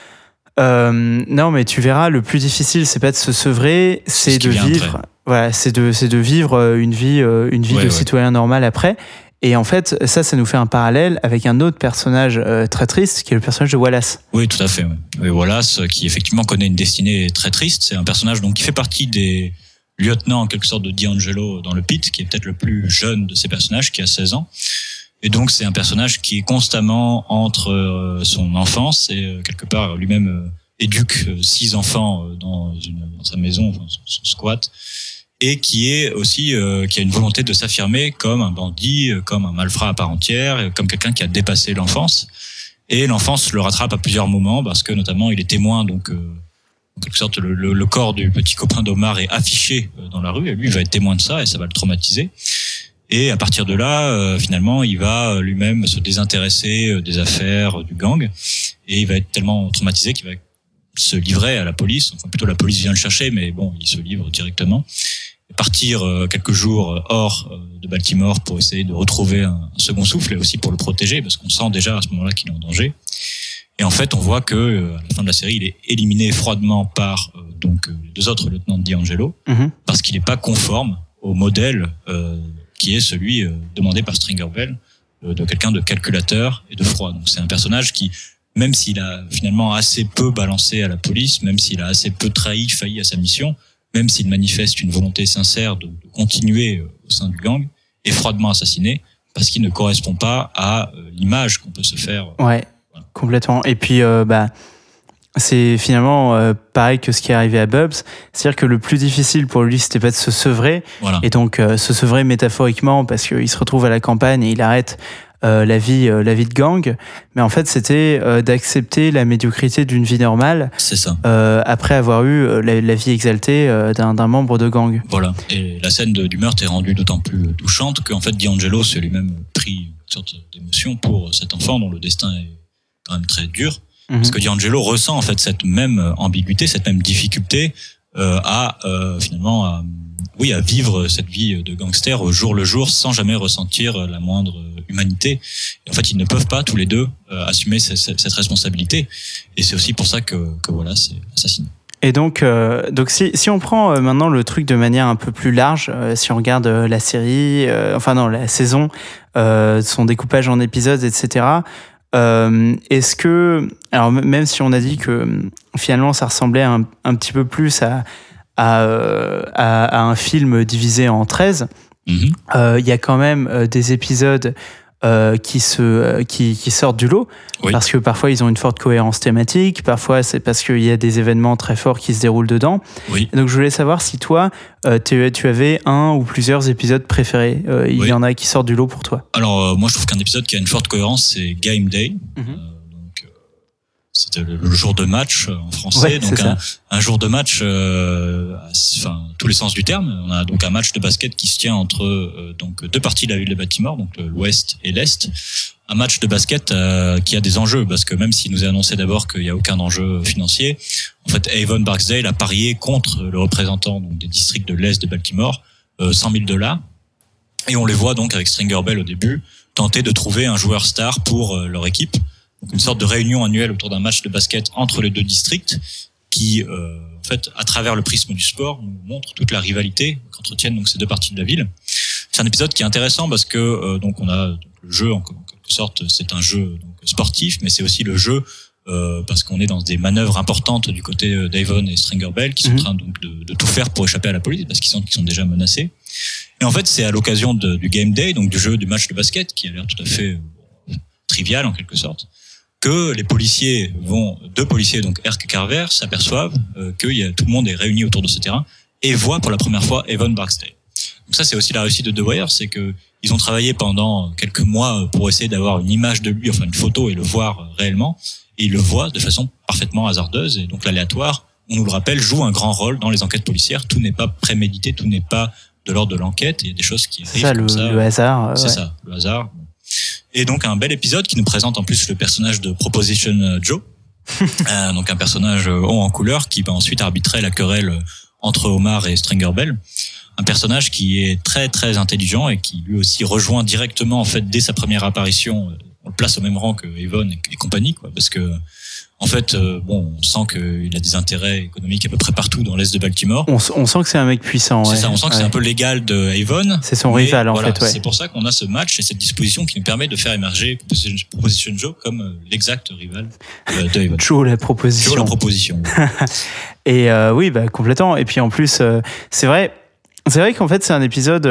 non, mais tu verras, le plus difficile, c'est pas de se sevrer, c'est de vivre. Voilà, c'est de vivre une vie de citoyen normal après. Et en fait, ça nous fait un parallèle avec un autre personnage très triste, qui est le personnage de Wallace. Oui, tout à fait. Oui. Wallace, qui effectivement connaît une destinée très triste, c'est un personnage donc qui fait partie des lieutenants en quelque sorte de D'Angelo dans le Pit, qui est peut-être le plus jeune de ces personnages, qui a 16 ans. Et donc c'est un personnage qui est constamment entre son enfance et quelque part lui-même éduque 6 enfants dans sa maison, son squat. Et qui est aussi qui a une volonté de s'affirmer comme un bandit, comme un malfrat à part entière, comme quelqu'un qui a dépassé l'enfance. Et l'enfance le rattrape à plusieurs moments parce que notamment il est témoin, donc en quelque sorte le corps du petit copain d'Omar est affiché dans la rue et lui il va être témoin de ça et ça va le traumatiser. Et à partir de là, finalement, il va lui-même se désintéresser des affaires du gang et il va être tellement traumatisé qu'il va se livrer à la police. Enfin plutôt la police vient le chercher, mais bon, il se livre directement. Partir quelques jours hors de Baltimore pour essayer de retrouver un second souffle et aussi pour le protéger parce qu'on sent déjà à ce moment-là qu'il est en danger. Et en fait, on voit que à la fin de la série, il est éliminé froidement par les 2 autres lieutenants de D'Angelo parce qu'il n'est pas conforme au modèle qui est celui demandé par Stringerville de quelqu'un de calculateur et de froid. Donc c'est un personnage qui, même s'il a finalement assez peu balancé à la police, même s'il a assez peu failli à sa mission, même s'il manifeste une volonté sincère de continuer au sein du gang, est froidement assassiné parce qu'il ne correspond pas à l'image qu'on peut se faire. Ouais, voilà. Complètement. Et puis, c'est finalement pareil que ce qui est arrivé à Bubs. C'est-à-dire que le plus difficile pour lui, c'était pas de se sevrer. Voilà. Et donc, se sevrer métaphoriquement parce qu'il se retrouve à la campagne et il arrête la vie de gang, mais en fait c'était d'accepter la médiocrité d'une vie normale. C'est ça. Après avoir eu la vie exaltée d'un membre de gang. Voilà. Et la scène du meurtre est rendue d'autant plus touchante qu'en fait D'Angelo s'est lui-même pris une sorte d'émotion pour cet enfant dont le destin est quand même très dur. Parce que D'Angelo ressent en fait cette même ambiguïté, cette même difficulté finalement à vivre cette vie de gangster au jour le jour sans jamais ressentir la moindre humanité. Et en fait, ils ne peuvent pas tous les deux assumer cette responsabilité. Et c'est aussi pour ça que voilà, c'est assassiné. Et donc si on prend maintenant le truc de manière un peu plus large, si on regarde la série, la saison, son découpage en épisodes, etc. Est-ce que, alors même si on a dit que finalement ça ressemblait un petit peu plus à un film divisé en 13, il y a quand même des épisodes qui sortent du lot, parce que parfois ils ont une forte cohérence thématique, parfois c'est parce qu'il y a des événements très forts qui se déroulent dedans. Donc je voulais savoir si toi tu avais un ou plusieurs épisodes préférés. Il y en a qui sortent du lot pour toi. Alors moi je trouve qu'un épisode qui a une forte cohérence, c'est Game Day. C'était le jour de match en français, donc un jour de match, tous les sens du terme. On a donc un match de basket qui se tient entre donc deux parties de la ville de Baltimore, donc l'Ouest et l'Est. Un match de basket qui a des enjeux, parce que même s'il nous est annoncé d'abord qu'il n'y a aucun enjeu financier, en fait Avon Barksdale a parié contre le représentant donc des districts de l'Est de Baltimore $100,000, et on les voit donc avec Stringer Bell au début tenter de trouver un joueur star pour leur équipe. Donc une sorte de réunion annuelle autour d'un match de basket entre les deux districts qui, en fait, à travers le prisme du sport, nous montre toute la rivalité qu'entretiennent donc ces deux parties de la ville. C'est un épisode qui est intéressant parce que donc on a le jeu en quelque sorte, c'est un jeu donc sportif, mais c'est aussi le jeu parce qu'on est dans des manœuvres importantes du côté d'Avon et Stringer Bell qui sont en train donc de tout faire pour échapper à la police parce qu'ils sont déjà menacés. Et en fait, c'est à l'occasion du Game Day, donc du match de basket, qui a l'air tout à fait trivial en quelque sorte, que les policiers deux policiers, donc Erk et Carver, s'aperçoivent que tout le monde est réuni autour de ce terrain et voient pour la première fois Avon Barksdale. Donc ça, c'est aussi la réussite de The Wire, c'est que ils ont travaillé pendant quelques mois pour essayer d'avoir une image de lui, enfin une photo, et le voir réellement. Et ils le voient de façon parfaitement hasardeuse. Et donc l'aléatoire, on nous le rappelle, joue un grand rôle dans les enquêtes policières. Tout n'est pas prémédité, tout n'est pas de l'ordre de l'enquête. Il y a des choses qui arrivent le hasard. C'est ça, le hasard. Et donc un bel épisode qui nous présente en plus le personnage de Proposition Joe, donc un personnage haut en couleur qui va ensuite arbitrer la querelle entre Omar et Stringer Bell. Un personnage qui est très très intelligent et qui lui aussi rejoint directement en fait dès sa première apparition. On le place au même rang que Avon et compagnie, quoi, parce que en fait, on sent qu'il a des intérêts économiques à peu près partout dans l'est de Baltimore. On sent que c'est un mec puissant. C'est ça, on sent que c'est un peu l'égal de Avon. C'est son rival, en fait. C'est pour ça qu'on a ce match et cette disposition qui nous permet de faire émerger Proposition Joe comme l'exact rival de Avon. Joe la proposition. Joe la proposition. Et oui, complètement. Et puis en plus, c'est vrai qu'en fait, c'est un épisode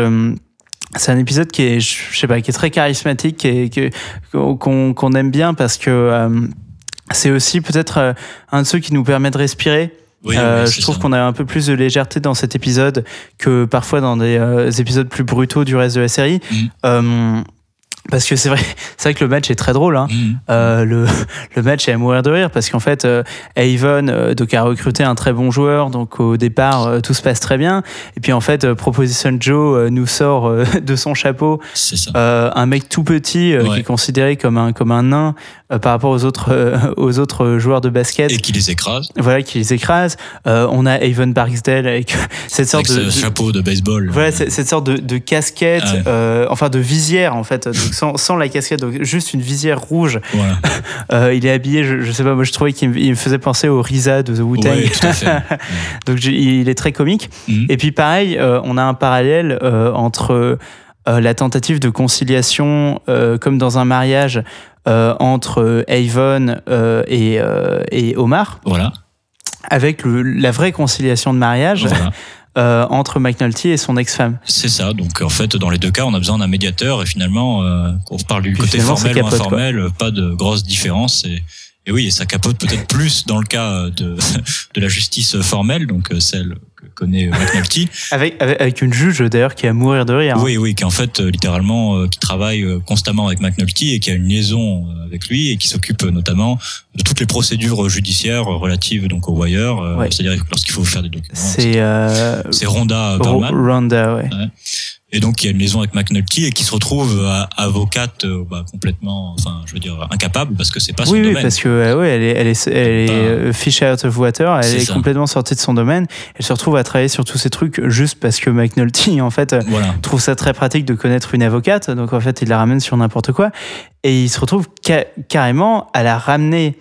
qui est, je sais pas, qui est très charismatique qu'on aime bien parce que c'est aussi peut-être un de ceux qui nous permet de respirer. Je trouve qu'on a un peu plus de légèreté dans cet épisode que parfois dans des épisodes plus brutaux du reste de la série. Parce que c'est vrai que le match est très drôle, hein. Le match est à mourir de rire parce qu'en fait Avon donc a recruté un très bon joueur, donc au départ tout se passe très bien, et puis en fait Proposition Joe nous sort de son chapeau un mec tout petit qui est considéré comme un nain par rapport aux autres joueurs de basket, et qui les écrase. Voilà, qui les écrase. On a Avon Barksdale avec cette sorte de chapeau de baseball. Voilà, cette sorte de casquette, de visière en fait. Donc sans la casquette, donc juste une visière rouge. Voilà. Il est habillé, je sais pas, moi je trouvais qu'il me faisait penser au RZA de The Wu-Tang. Oui, tout à fait. Donc il est très comique. Et puis pareil, on a un parallèle entre la tentative de conciliation, comme dans un mariage, entre Avon et Omar. Voilà. Avec la vraie conciliation de mariage. Voilà. Entre McNulty et son ex-femme. C'est ça, donc en fait dans les deux cas on a besoin d'un médiateur et finalement quand on parle du côté formel ou informel, pas de grosse différence et oui, et ça capote peut-être plus dans le cas de la justice formelle, donc celle que connaît McNulty. Avec une juge d'ailleurs qui est à mourir de rire. Oui, qui en fait littéralement qui travaille constamment avec McNulty et qui a une liaison avec lui et qui s'occupe notamment de toutes les procédures judiciaires relatives donc au Wire, c'est-à-dire lorsqu'il faut faire des documents. C'est Rhonda Perlman. Rhonda, ouais. Et donc il y a une liaison avec McNulty et qui se retrouve avocate complètement, enfin je veux dire incapable parce que c'est pas son domaine. Oui, parce que elle est fish out of water, elle est complètement sortie de son domaine. Elle se retrouve à travailler sur tous ces trucs juste parce que McNulty en fait trouve ça très pratique de connaître une avocate, donc en fait il la ramène sur n'importe quoi et il se retrouve carrément à la ramener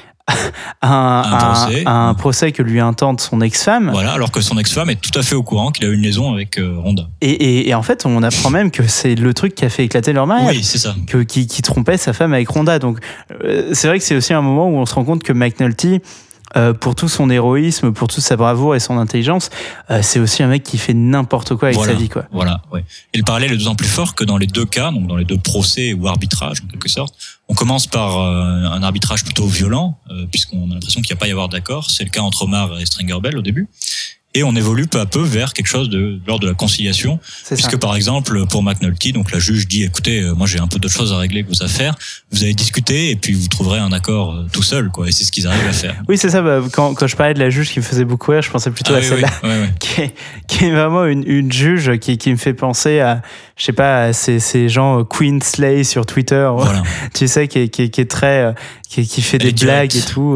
un procès que lui intente son ex-femme. Voilà, alors que son ex-femme est tout à fait au courant qu'il a eu une liaison avec Rhonda. Et en fait, on apprend même que c'est le truc qui a fait éclater leur mariage. Oui, c'est ça. Qui trompait sa femme avec Rhonda. Donc, c'est vrai que c'est aussi un moment où on se rend compte que McNulty, pour tout son héroïsme, pour toute sa bravoure et son intelligence, c'est aussi un mec qui fait n'importe quoi avec sa vie, quoi. Voilà, ouais. Et le parallèle est d'autant plus fort que dans les deux cas, donc dans les deux procès ou arbitrages en quelque sorte, on commence par un arbitrage plutôt violent, puisqu'on a l'impression qu'il n'y a pas à y avoir d'accord. C'est le cas entre Omar et Stringer Bell au début. Et on évolue peu à peu vers quelque chose de l'ordre de la conciliation, puisque par exemple pour McNulty, donc la juge dit écoutez, moi j'ai un peu d'autres choses à régler que vos affaires, vous allez discuter et puis vous trouverez un accord tout seul, quoi. Et c'est ce qu'ils arrivent à faire. Oui, c'est ça. Quand je parlais de la juge qui me faisait beaucoup rire, je pensais plutôt à celle-là, qui est vraiment une juge qui me fait penser à, je sais pas, à ces gens Queen Slay sur Twitter, tu sais, qui est très, qui fait des blagues et tout.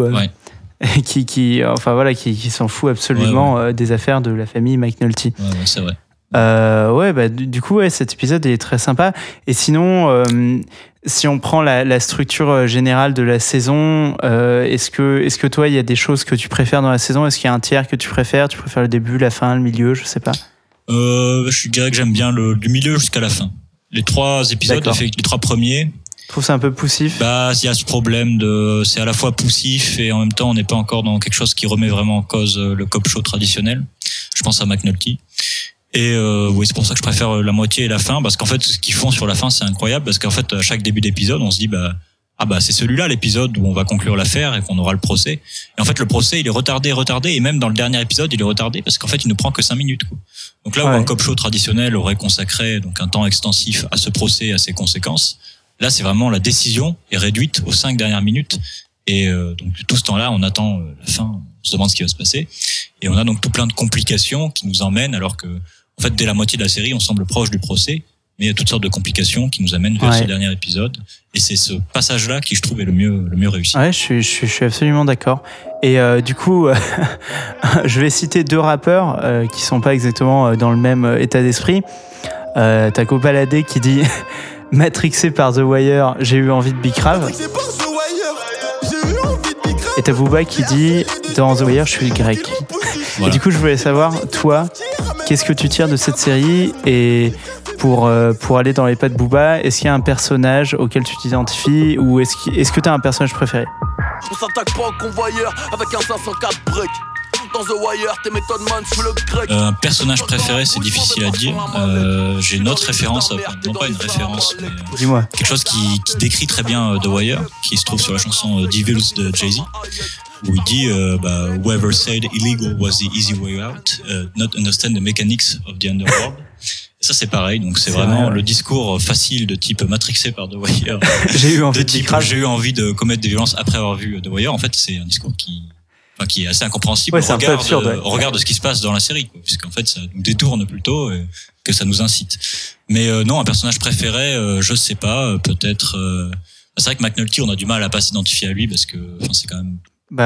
Qui s'en fout absolument des affaires de la famille McNulty. Ouais, c'est vrai. Du coup, cet épisode est très sympa. Et sinon, si on prend la structure générale de la saison, est-ce que toi, il y a des choses que tu préfères dans la saison? Est-ce qu'il y a un tiers que tu préfères? Tu préfères le début, la fin, le milieu? Je sais pas. Je dirais que j'aime bien du milieu jusqu'à la fin. Les 3 épisodes, les 3 premiers. Je trouve ça un peu poussif. Il y a ce problème c'est à la fois poussif et en même temps on n'est pas encore dans quelque chose qui remet vraiment en cause le cop show traditionnel. Je pense à McNulty. Et c'est pour ça que je préfère la moitié et la fin, parce qu'en fait ce qu'ils font sur la fin c'est incroyable, parce qu'en fait à chaque début d'épisode on se dit c'est celui-là l'épisode où on va conclure l'affaire et qu'on aura le procès. Et en fait le procès il est retardé et même dans le dernier épisode il est retardé parce qu'en fait il ne prend que 5 minutes, quoi. Donc là où un cop show traditionnel aurait consacré donc un temps extensif à ce procès et à ses conséquences, là, c'est vraiment la décision est réduite aux 5 dernières minutes. Et donc, tout ce temps-là, on attend la fin, on se demande ce qui va se passer. Et on a donc tout plein de complications qui nous emmènent, alors que, en fait, dès la moitié de la série, on semble proche du procès. Mais il y a toutes sortes de complications qui nous amènent vers ce dernier épisode. Et c'est ce passage-là qui, je trouve, est le mieux réussi. Ouais, je suis absolument d'accord. Et du coup, je vais citer 2 rappeurs qui sont pas exactement dans le même état d'esprit. T'as Copaladé qui dit... Matrixé par The Wire, j'ai eu envie de Bicrave. Et t'as Booba qui dit dans The Wire, je suis grec. Voilà. Et du coup, je voulais savoir, toi, qu'est-ce que tu tires de cette série? Et pour aller dans les pas de Booba, est-ce qu'il y a un personnage auquel tu t'identifies, ou est-ce que t'as un personnage préféré? On s'attaque pas au convoyeur avec un 504 break. Dans The Wire, tes méthodes man, je suis le grec. Un personnage préféré, c'est difficile à dire. J'ai une autre référence, non pas une référence, mais dis-moi. Quelque chose qui décrit très bien The Wire, qui se trouve sur la chanson Devils de Jay-Z, où il dit whoever said illegal was the easy way out, not understand the mechanics of the underworld. Et ça c'est pareil, donc c'est vraiment le discours facile de type matrixé par The Wire. J'ai eu envie de commettre des violences après avoir vu The Wire. En fait, c'est un discours qui est assez incompréhensible au regard de ce qui se passe dans la série, quoi, puisqu'en fait ça nous détourne plutôt que ça nous incite. Mais non, un personnage préféré, je sais pas, peut-être. C'est vrai que McNulty, on a du mal à pas s'identifier à lui parce que, c'est quand même.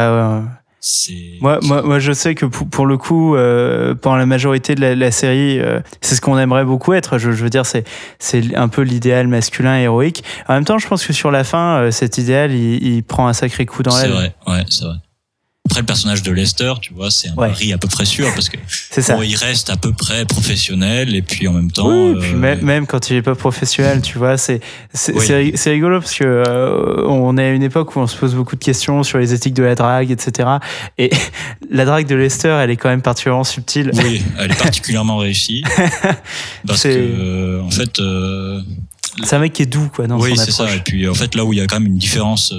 Moi, je sais que pour le coup, pendant la majorité de la série, c'est ce qu'on aimerait beaucoup être. Je veux dire, c'est un peu l'idéal masculin héroïque. En même temps, je pense que sur la fin, cet idéal, il prend un sacré coup dans l'aile. C'est vrai. Après, le personnage de Lester, tu vois, c'est un pari à peu près sûr parce que il reste à peu près professionnel et puis en même temps. Oui, puis même quand il est pas professionnel, tu vois, c'est rigolo parce que on est à une époque où on se pose beaucoup de questions sur les éthiques de la drague, etc. Et la drague de Lester, elle est quand même particulièrement subtile. Oui, elle est particulièrement réussie parce que en fait. C'est un mec qui est doux, quoi, dans son approche. Oui, c'est ça. Et puis en fait, là où il y a quand même une différence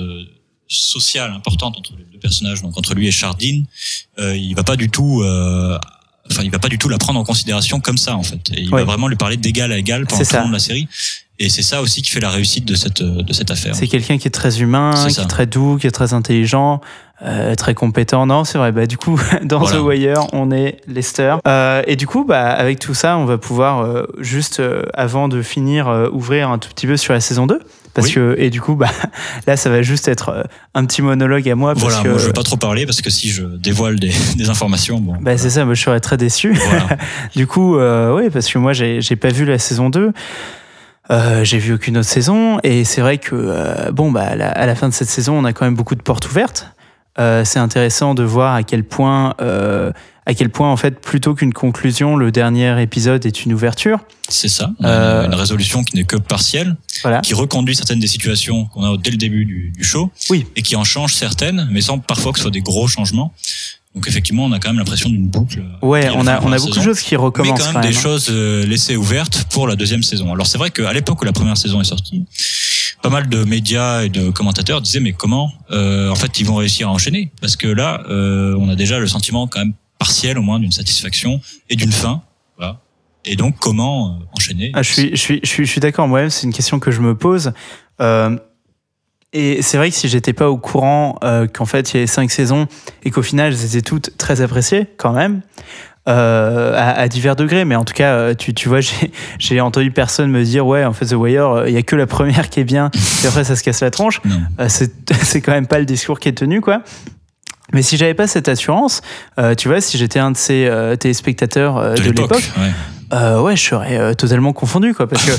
sociale importante entre les deux personnages, donc entre lui et Chardin, il va pas du tout il va pas du tout la prendre en considération comme ça en fait. Et il va vraiment lui parler d'égal à égal pendant tout le long de la série. Et c'est ça aussi qui fait la réussite de cette affaire. C'est quelqu'un qui est très humain, qui est très doux, qui est très intelligent, très compétent. Non, c'est vrai. Du coup, dans The Wire, on est Lester. Et du coup, avec tout ça, on va pouvoir juste, avant de finir, ouvrir un tout petit peu sur la saison 2. Et du coup, là, ça va juste être un petit monologue à moi. Moi, je veux pas trop parler parce que si je dévoile des informations, c'est ça, moi, je serais très déçu. Voilà. Du coup, oui, parce que moi, j'ai pas vu la saison 2. J'ai vu aucune autre saison et c'est vrai que à la fin de cette saison on a quand même beaucoup de portes ouvertes. C'est intéressant de voir à quel point en fait plutôt qu'une conclusion le dernier épisode est une ouverture. C'est ça, une résolution qui n'est que partielle, qui reconduit certaines des situations qu'on a dès le début du show et qui en change certaines mais sans parfois que ce soit des gros changements. Donc effectivement, on a quand même l'impression d'une boucle. Ouais, on a beaucoup de choses qui recommencent. Mais quand même des choses laissées ouvertes pour la deuxième saison. Alors c'est vrai qu'à l'époque où la première saison est sortie, pas mal de médias et de commentateurs disaient mais comment en fait ils vont réussir à enchaîner, parce que là on a déjà le sentiment quand même partiel au moins d'une satisfaction et d'une fin. Voilà. Et donc comment enchaîner? Je suis d'accord. Moi-même, c'est une question que je me pose. Et c'est vrai que si j'étais pas au courant qu'en fait il y avait 5 saisons et qu'au final elles étaient toutes très appréciées quand même, à divers degrés, mais en tout cas tu vois, j'ai entendu personne me dire ouais en fait The Wire il y a que la première qui est bien et après ça se casse la tronche. C'est quand même pas le discours qui est tenu quoi. Mais si j'avais pas cette assurance, tu vois, si j'étais un de ces téléspectateurs de l'époque, je serais totalement confondu quoi, parce que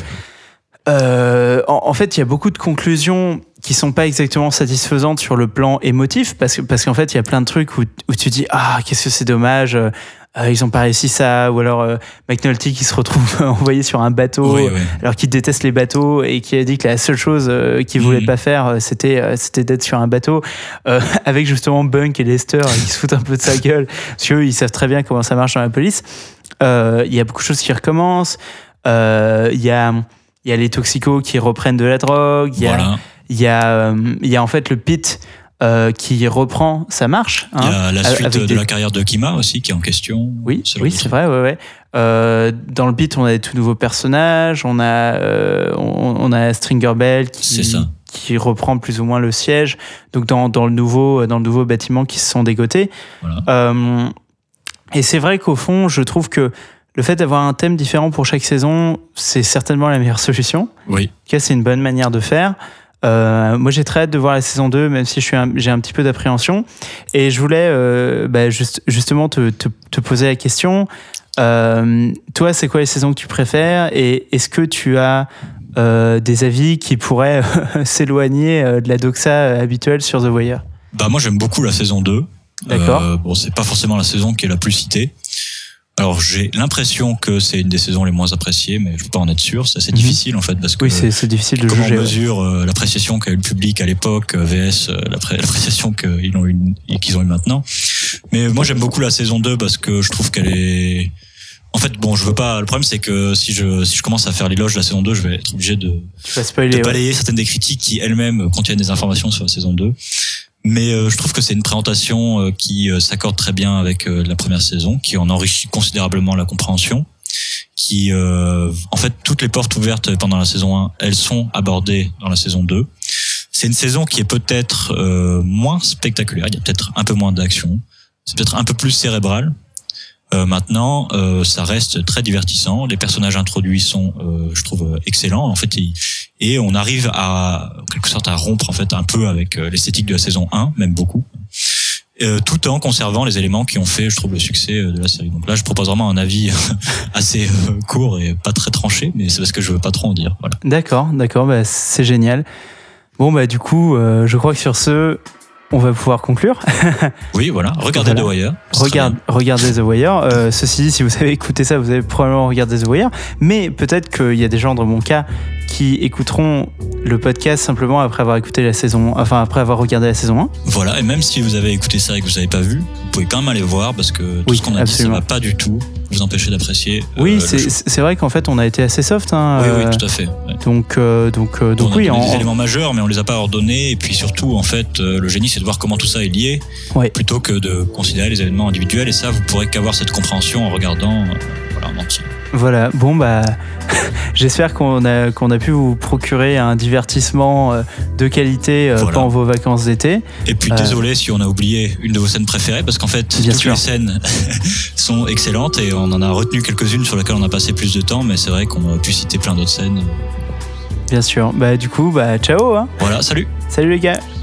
en fait, il y a beaucoup de conclusions qui sont pas exactement satisfaisantes sur le plan émotif, parce qu'en fait, il y a plein de trucs où tu dis qu'est-ce que c'est dommage, ils ont pas réussi ça, ou alors McNulty qui se retrouve envoyé sur un bateau alors qu'il déteste les bateaux et qui a dit que la seule chose qu'il voulait pas faire c'était d'être sur un bateau avec justement Bunk et Lester qui se foutent un peu de sa gueule parce qu'eux ils savent très bien comment ça marche dans la police. Il y a beaucoup de choses qui recommencent, il y a les toxicos qui reprennent de la drogue, il y a en fait le Pete qui reprend sa marche. Il y a la suite de la carrière de Kima aussi qui est en question. Oui, c'est vrai, ouais. Dans le Pete, on a des tout nouveaux personnages, on a Stringer Bell qui reprend plus ou moins le siège, donc dans le nouveau bâtiment qui se sont dégotés. Voilà. Et c'est vrai qu'au fond, je trouve que le fait d'avoir un thème différent pour chaque saison, c'est certainement la meilleure solution. Oui. En tout cas, c'est une bonne manière de faire. Moi, j'ai très hâte de voir la saison 2, même si j'ai un petit peu d'appréhension. Et je voulais justement te poser la question. Toi, c'est quoi les saisons que tu préfères? Et est-ce que tu as des avis qui pourraient s'éloigner de la doxa habituelle sur The Wire? Moi, j'aime beaucoup la saison 2. D'accord. C'est pas forcément la saison qui est la plus citée. Alors j'ai l'impression que c'est une des saisons les moins appréciées, mais je peux pas en être sûr. C'est assez difficile en fait, parce que c'est difficile de juger. Comment on mesure l'appréciation qu'a eu le public à l'époque vs l'appréciation qu'ils ont eu maintenant. Mais moi j'aime beaucoup la saison 2 parce que je trouve qu'elle est. En fait, je veux pas. Le problème, c'est que si je commence à faire l'éloge de la saison 2, je vais être obligé de balayer certaines des critiques qui elles-mêmes contiennent des informations sur la saison 2. Mais je trouve que c'est une présentation qui s'accorde très bien avec la première saison, qui en enrichit considérablement la compréhension, qui en fait toutes les portes ouvertes pendant la saison 1, elles sont abordées dans la saison 2. C'est une saison qui est peut-être moins spectaculaire, il y a peut-être un peu moins d'action, c'est peut-être un peu plus cérébral. Maintenant, ça reste très divertissant. Les personnages introduits sont, je trouve, excellents. En fait, et on arrive à, en quelque sorte, à rompre en fait un peu avec l'esthétique de la saison 1, même beaucoup, tout en conservant les éléments qui ont fait, je trouve, le succès de la série. Donc là, je propose vraiment un avis assez court et pas très tranché, mais c'est parce que je veux pas trop en dire. Voilà. D'accord, c'est génial. Bon, du coup, je crois que sur ce, on va pouvoir conclure. Oui, voilà. Regardez The Wire. Regardez The Wire. Ceci dit, si vous avez écouté ça, vous avez probablement regardé The Wire. Mais peut-être qu'il y a des gens, dans mon cas, qui écouteront le podcast simplement après avoir écouté après avoir regardé la saison 1. Voilà, et même si vous avez écouté ça et que vous n'avez pas vu, vous pouvez quand même aller voir parce que tout ce qu'on a dit, ça ne va pas du tout vous empêcher d'apprécier. Oui, c'est vrai qu'en fait, on a été assez soft. Oui, tout à fait. Ouais. Donc on a des éléments majeurs, mais on les a pas ordonnés. Et puis surtout, en fait, le génie, c'est de voir comment tout ça est lié, plutôt que de considérer les événements individuels. Et ça, vous pourrez qu'avoir cette compréhension en regardant en entier. Voilà, bon j'espère qu'on a pu vous procurer un divertissement de qualité pendant vos vacances d'été. Et puis désolé si on a oublié une de vos scènes préférées, parce qu'en fait toutes les scènes sont excellentes et on en a retenu quelques-unes sur lesquelles on a passé plus de temps, mais c'est vrai qu'on aurait pu citer plein d'autres scènes. Bien sûr, du coup, ciao hein. Voilà, salut. Salut les gars.